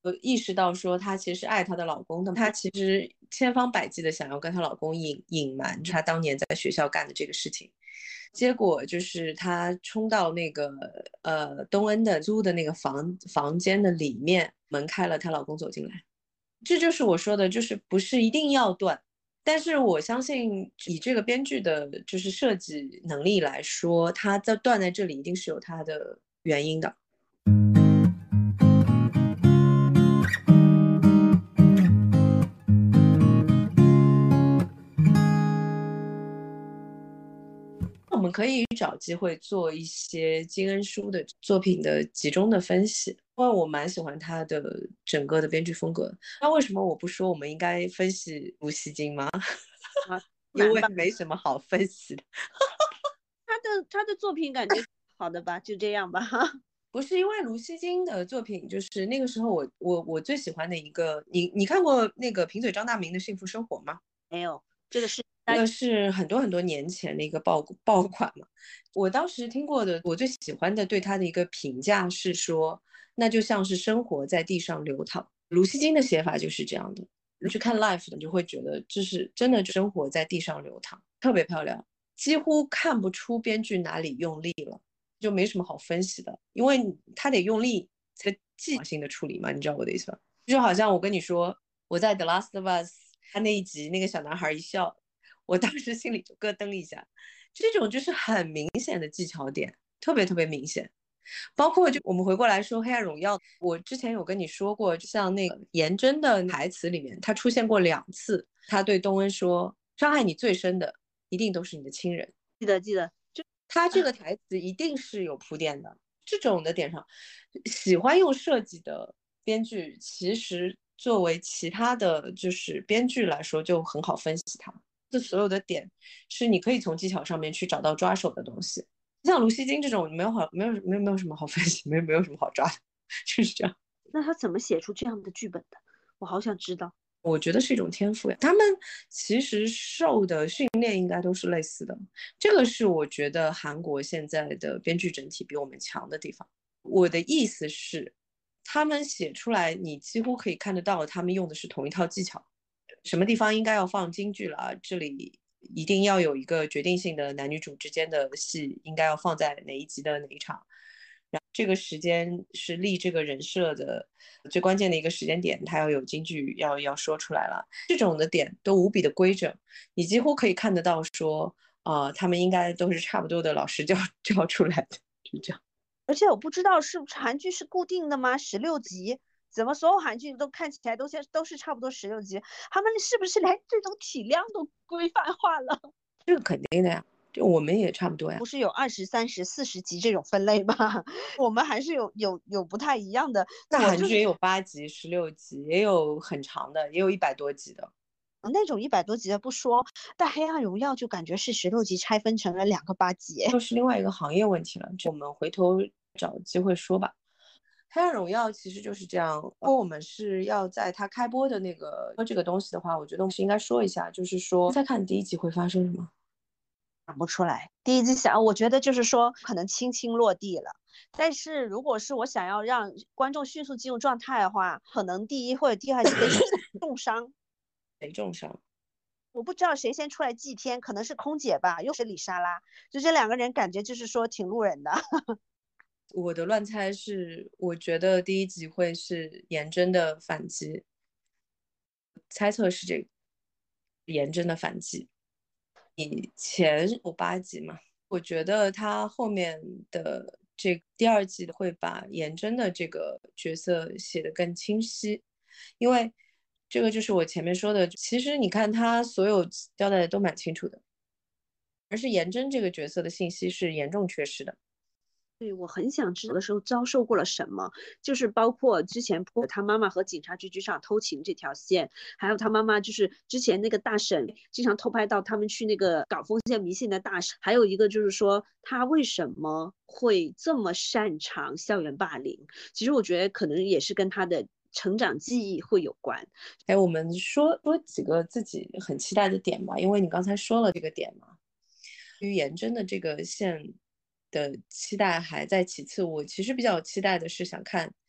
呃意识到说她其实是爱她的老公的，她其实千方百计的想要跟她老公隐隐瞒她当年在学校干的这个事情。结果就是她冲到那个呃东恩的租的那个房房间的里面，门开了，她老公走进来。这就是我说的，就是不是一定要断，但是我相信以这个编剧的就是设计能力来说，他在断在这里一定是有他的原因的。我们可以找机会做一些金恩淑的作品的集中的分析，因为我蛮喜欢他的整个的编剧风格。那为什么我不说我们应该分析卢锡金吗？ 啊， 因为没什么好分析的。 他的他的作品感觉好的吧，就这样吧。 不是，因为卢锡金的作品，就是那个时候我我我最喜欢的一个，你你看过那个贫嘴张大民的《幸福生活》吗？ 没有，这个是那个是很多很多年前的一个爆爆款嘛。我当时听过的，我最喜欢的对他的一个评价是说，那就像是生活在地上流淌。卢锡金的写法就是这样的，你去看 Life 的，你就会觉得这是真的生活在地上流淌，特别漂亮，几乎看不出编剧哪里用力了。就没什么好分析的，因为他得用力才技巧性的处理嘛，你知道我的意思吧？就好像我跟你说，我在《The Last of Us》他那一集，那个小男孩一笑，我当时心里就咯噔一下。这种就是很明显的技巧点，特别特别明显。包括就我们回过来说《黑暗荣耀》，我之前有跟你说过，像那个颜真的台词里面，他出现过两次，他对东恩说：“伤害你最深的一定都是你的亲人。” 记得记得。 他这个台词一定是有铺垫的，这种的点上，喜欢用设计的编剧，其实作为其他的就是编剧来说，就很好分析它。这所有的点是你可以从技巧上面去找到抓手的东西。像卢锡金这种，没有好，没有没有没有什么好分析，没有没有什么好抓的，就是这样。 那他怎么写出这样的剧本的？我好想知道。 我觉得是一种天赋呀，他们其实受的训练应该都是类似的，这个是我觉得韩国现在的编剧整体比我们强的地方。我的意思是，他们写出来，你几乎可以看得到，他们用的是同一套技巧。什么地方应该要放京剧了，这里一定要有一个决定性的男女主之间的戏，应该要放在哪一集的哪一场。这个时间是立这个人设的最关键的一个时间点，他要有京剧要要说出来了，这种的点都无比的规整，你几乎可以看得到说，啊、呃，他们应该都是差不多的老师教教出来的，是这样。 而且我不知道是不是韩剧是固定的吗？十六集，怎么所有韩剧都看起来都是都是差不多十六集？他们是不是连这种体量都规范化了？ 这个肯定的呀，就我们也差不多呀。 不是有二十三十四十集这种分类吗？我们还是有有有不太一样的。 那韩剧也有八集、十六集，也有很长的，也有一百多集的。 那种一百多集的不说，但《黑暗荣耀》就感觉是十六集拆分成了两个八集， 又是另外一个行业问题了，我们回头找机会说吧。黑暗荣耀其实就是这样。如果我们是要在它开播的那个这个东西的话，我觉得我们是应该说一下，就是说再看第一集会发生什么。 想不出来。第一集想，我觉得就是说可能轻轻落地了。但是如果是我想要让观众迅速进入状态的话，可能第一或者第二集得重伤。 谁重伤？ 我不知道谁先出来祭天，可能是空姐吧，又是李莎拉，就这两个人感觉就是说挺路人的。 我的乱猜是，我觉得第一集会是颜真的反击，猜测是这个颜真的反击。以前有八集嘛，我觉得他后面的这第二季会把颜真的这个角色写得更清晰，因为这个就是我前面说的，其实你看他所有交代的都蛮清楚的，而是颜真这个角色的信息是严重缺失的。 对，我很想知道的时候遭受过了什么，就是包括之前铺他妈妈和警察局局长偷情这条线，还有他妈妈就是之前那个大婶经常偷拍到他们去那个搞封建迷信的大婶，还有一个就是说他为什么会这么擅长校园霸凌，其实我觉得可能也是跟他的成长记忆会有关。 哎，我们说说几个自己很期待的点吧，因为你刚才说了这个点嘛。对于颜真的这个线的期待还在其次，我其实比较期待的是想看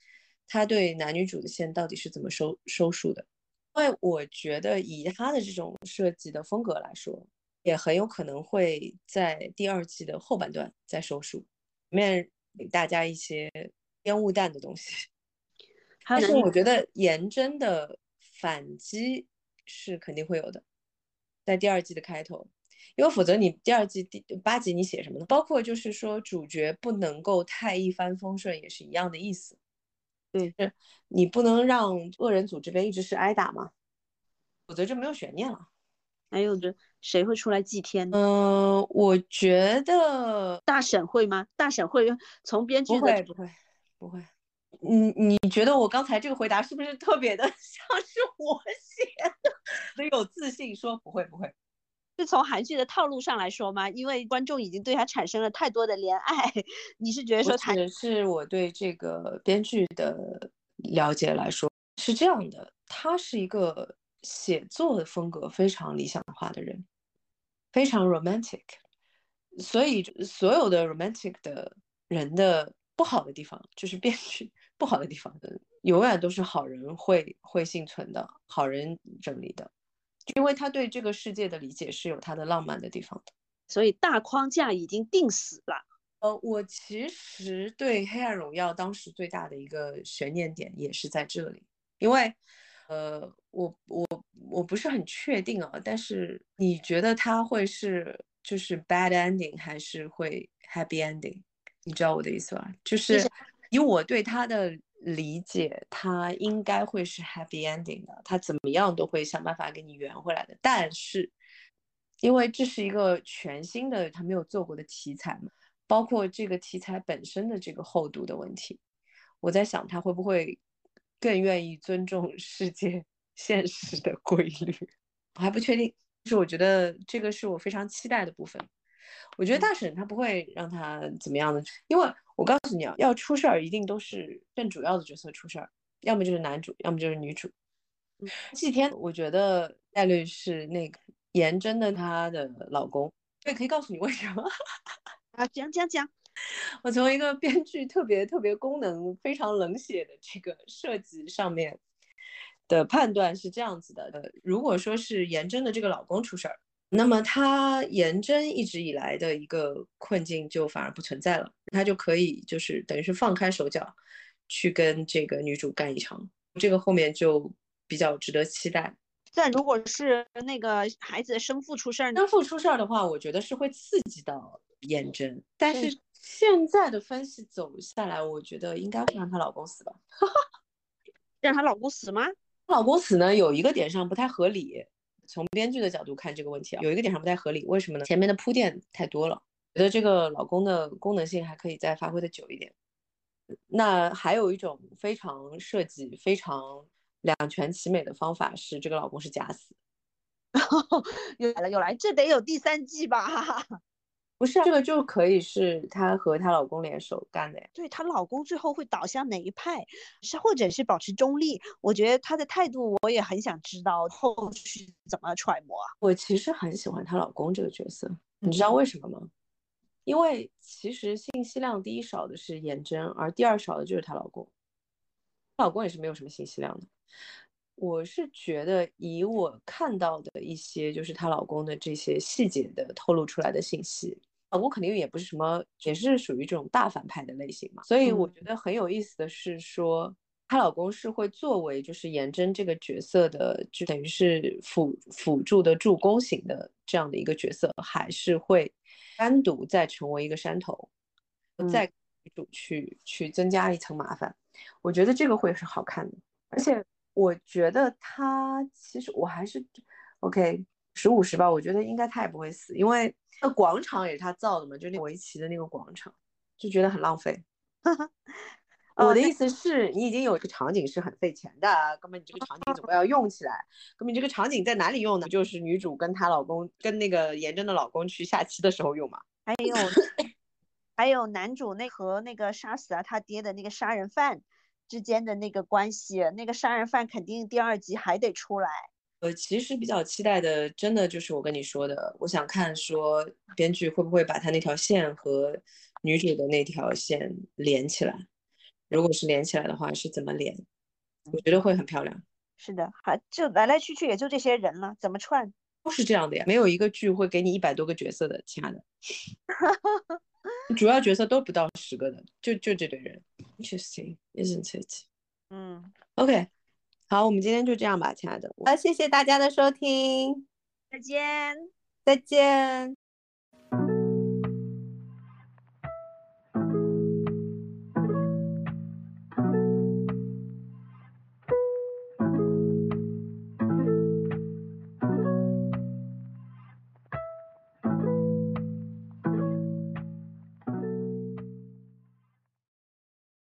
他对男女主的线到底是怎么收收束的。因为我觉得以他的这种设计的风格来说，也很有可能会在第二季的后半段再收束，里面给大家一些烟雾弹的东西。但是我觉得颜真的反击是肯定会有的，在第二季的开头，因为否则你第二季第八集你写什么呢？包括就是说主角不能够太一帆风顺，也是一样的意思。 对， 是你不能让恶人组这边一直是挨打嘛，否则就没有悬念了。 还有着谁会出来祭天？ 嗯、呃，我觉得大婶会吗？大婶会从编剧的不会不会不会。你你觉得我刚才这个回答是不是特别的像是我写的？所以有自信说不会不会。 是从韩剧的套路上来说吗？因为观众已经对他产生了太多的怜爱，你是觉得说他是是我对这个编剧的了解来说是这样的，他是一个写作的风格非常理想化的人，非常 romantic，所以所有的 romantic 的人的不好的地方，就是编剧不好的地方的，永远都是好人会会幸存的，好人整理的，因为他对这个世界的理解是有他的浪漫的地方的。 所以大框架已经定死了。 呃，我其实对《黑暗荣耀》当时最大的一个悬念点也是在这里，因为，呃，我我我不是很确定啊，但是你觉得它会是就是 bad ending 还是会 happy ending？你知道我的意思吧？就是以我对他的理解，他应该会是 happy ending 的，他怎么样都会想办法给你圆回来的。但是，因为这是一个全新的他没有做过的题材嘛。包括这个题材本身的这个厚度的问题，我在想他会不会更愿意尊重世界现实的规律，我还不确定。就是我觉得这个是我非常期待的部分。我觉得大婶他不会让他怎么样的，因为我告诉你啊，要出事儿一定都是更主要的角色出事儿，要么就是男主，要么就是女主。祭天，我觉得概率是那个颜真的她的老公，我也可以告诉你为什么。 啊，讲讲讲， 我从一个编剧特别特别功能非常冷血的这个设计上面的判断是这样子的：呃，如果说是颜真的这个老公出事儿，那么他颜真一直以来的一个困境就反而不存在了，他就可以就是等于是放开手脚去跟这个女主干一场，这个后面就比较值得期待。 但如果是那个孩子的生父出事儿呢？ 生父出事儿的话，我觉得是会刺激到颜真，但是现在的分析走下来，我觉得应该会让她老公死吧。 让她老公死吗？ 她老公死呢，有一个点上不太合理。从编剧的角度看这个问题啊，有一个点上不太合理，为什么呢？前面的铺垫太多了，觉得这个老公的功能性还可以再发挥的久一点。那还有一种非常设计、非常两全其美的方法是，这个老公是假死。 又来了又来，这得有第三季吧？ 不是、啊，这个就可以是她和她老公联手干的呀。 对，她老公最后会倒向哪一派，是或者是保持中立？我觉得她的态度我也很想知道后续怎么揣摩啊。 我其实很喜欢她老公这个角色，你知道为什么吗？因为其实信息量第一少的是颜真，而第二少的就是她老公。她老公也是没有什么信息量的。我是觉得以我看到的一些就是她老公的这些细节的透露出来的信息，老公肯定也不是什么，也是属于这种大反派的类型嘛。所以我觉得很有意思的是说，她老公是会作为就是颜真这个角色的，就等于是辅辅助的助攻型的这样的一个角色，还是会单独再成为一个山头，再女主去去增加一层麻烦。我觉得这个会是好看的，而且我觉得他其实我还是 OK 十五十吧，我觉得应该他也不会死，因为那广场也是他造的嘛，就那围棋的那个广场，就觉得很浪费。我的意思是你已经有一个场景是很费钱的，根本你这个场景总要用起来，根本这个场景在哪里用呢？就是女主跟她老公跟那个颜真的老公去下棋的时候用嘛。 还有还有男主那和那个杀死了他爹的那个杀人犯之间的那个关系，那个杀人犯肯定第二集还得出来。 我其实比较期待的，真的就是我跟你说的，我想看说编剧会不会把他那条线和女主的那条线连起来， 如果是连起来的话是怎么连，我觉得会很漂亮。 是的，还就来来去去也就这些人了，怎么串？ 都是这样的呀，没有一个剧会给你一百多个角色的，亲爱的，主要角色都不到十个的，就就这堆人。Interesting, isn't it? 嗯， OK，好，我们今天就这样吧，亲爱的。好，谢谢大家的收听， 再见。 再见。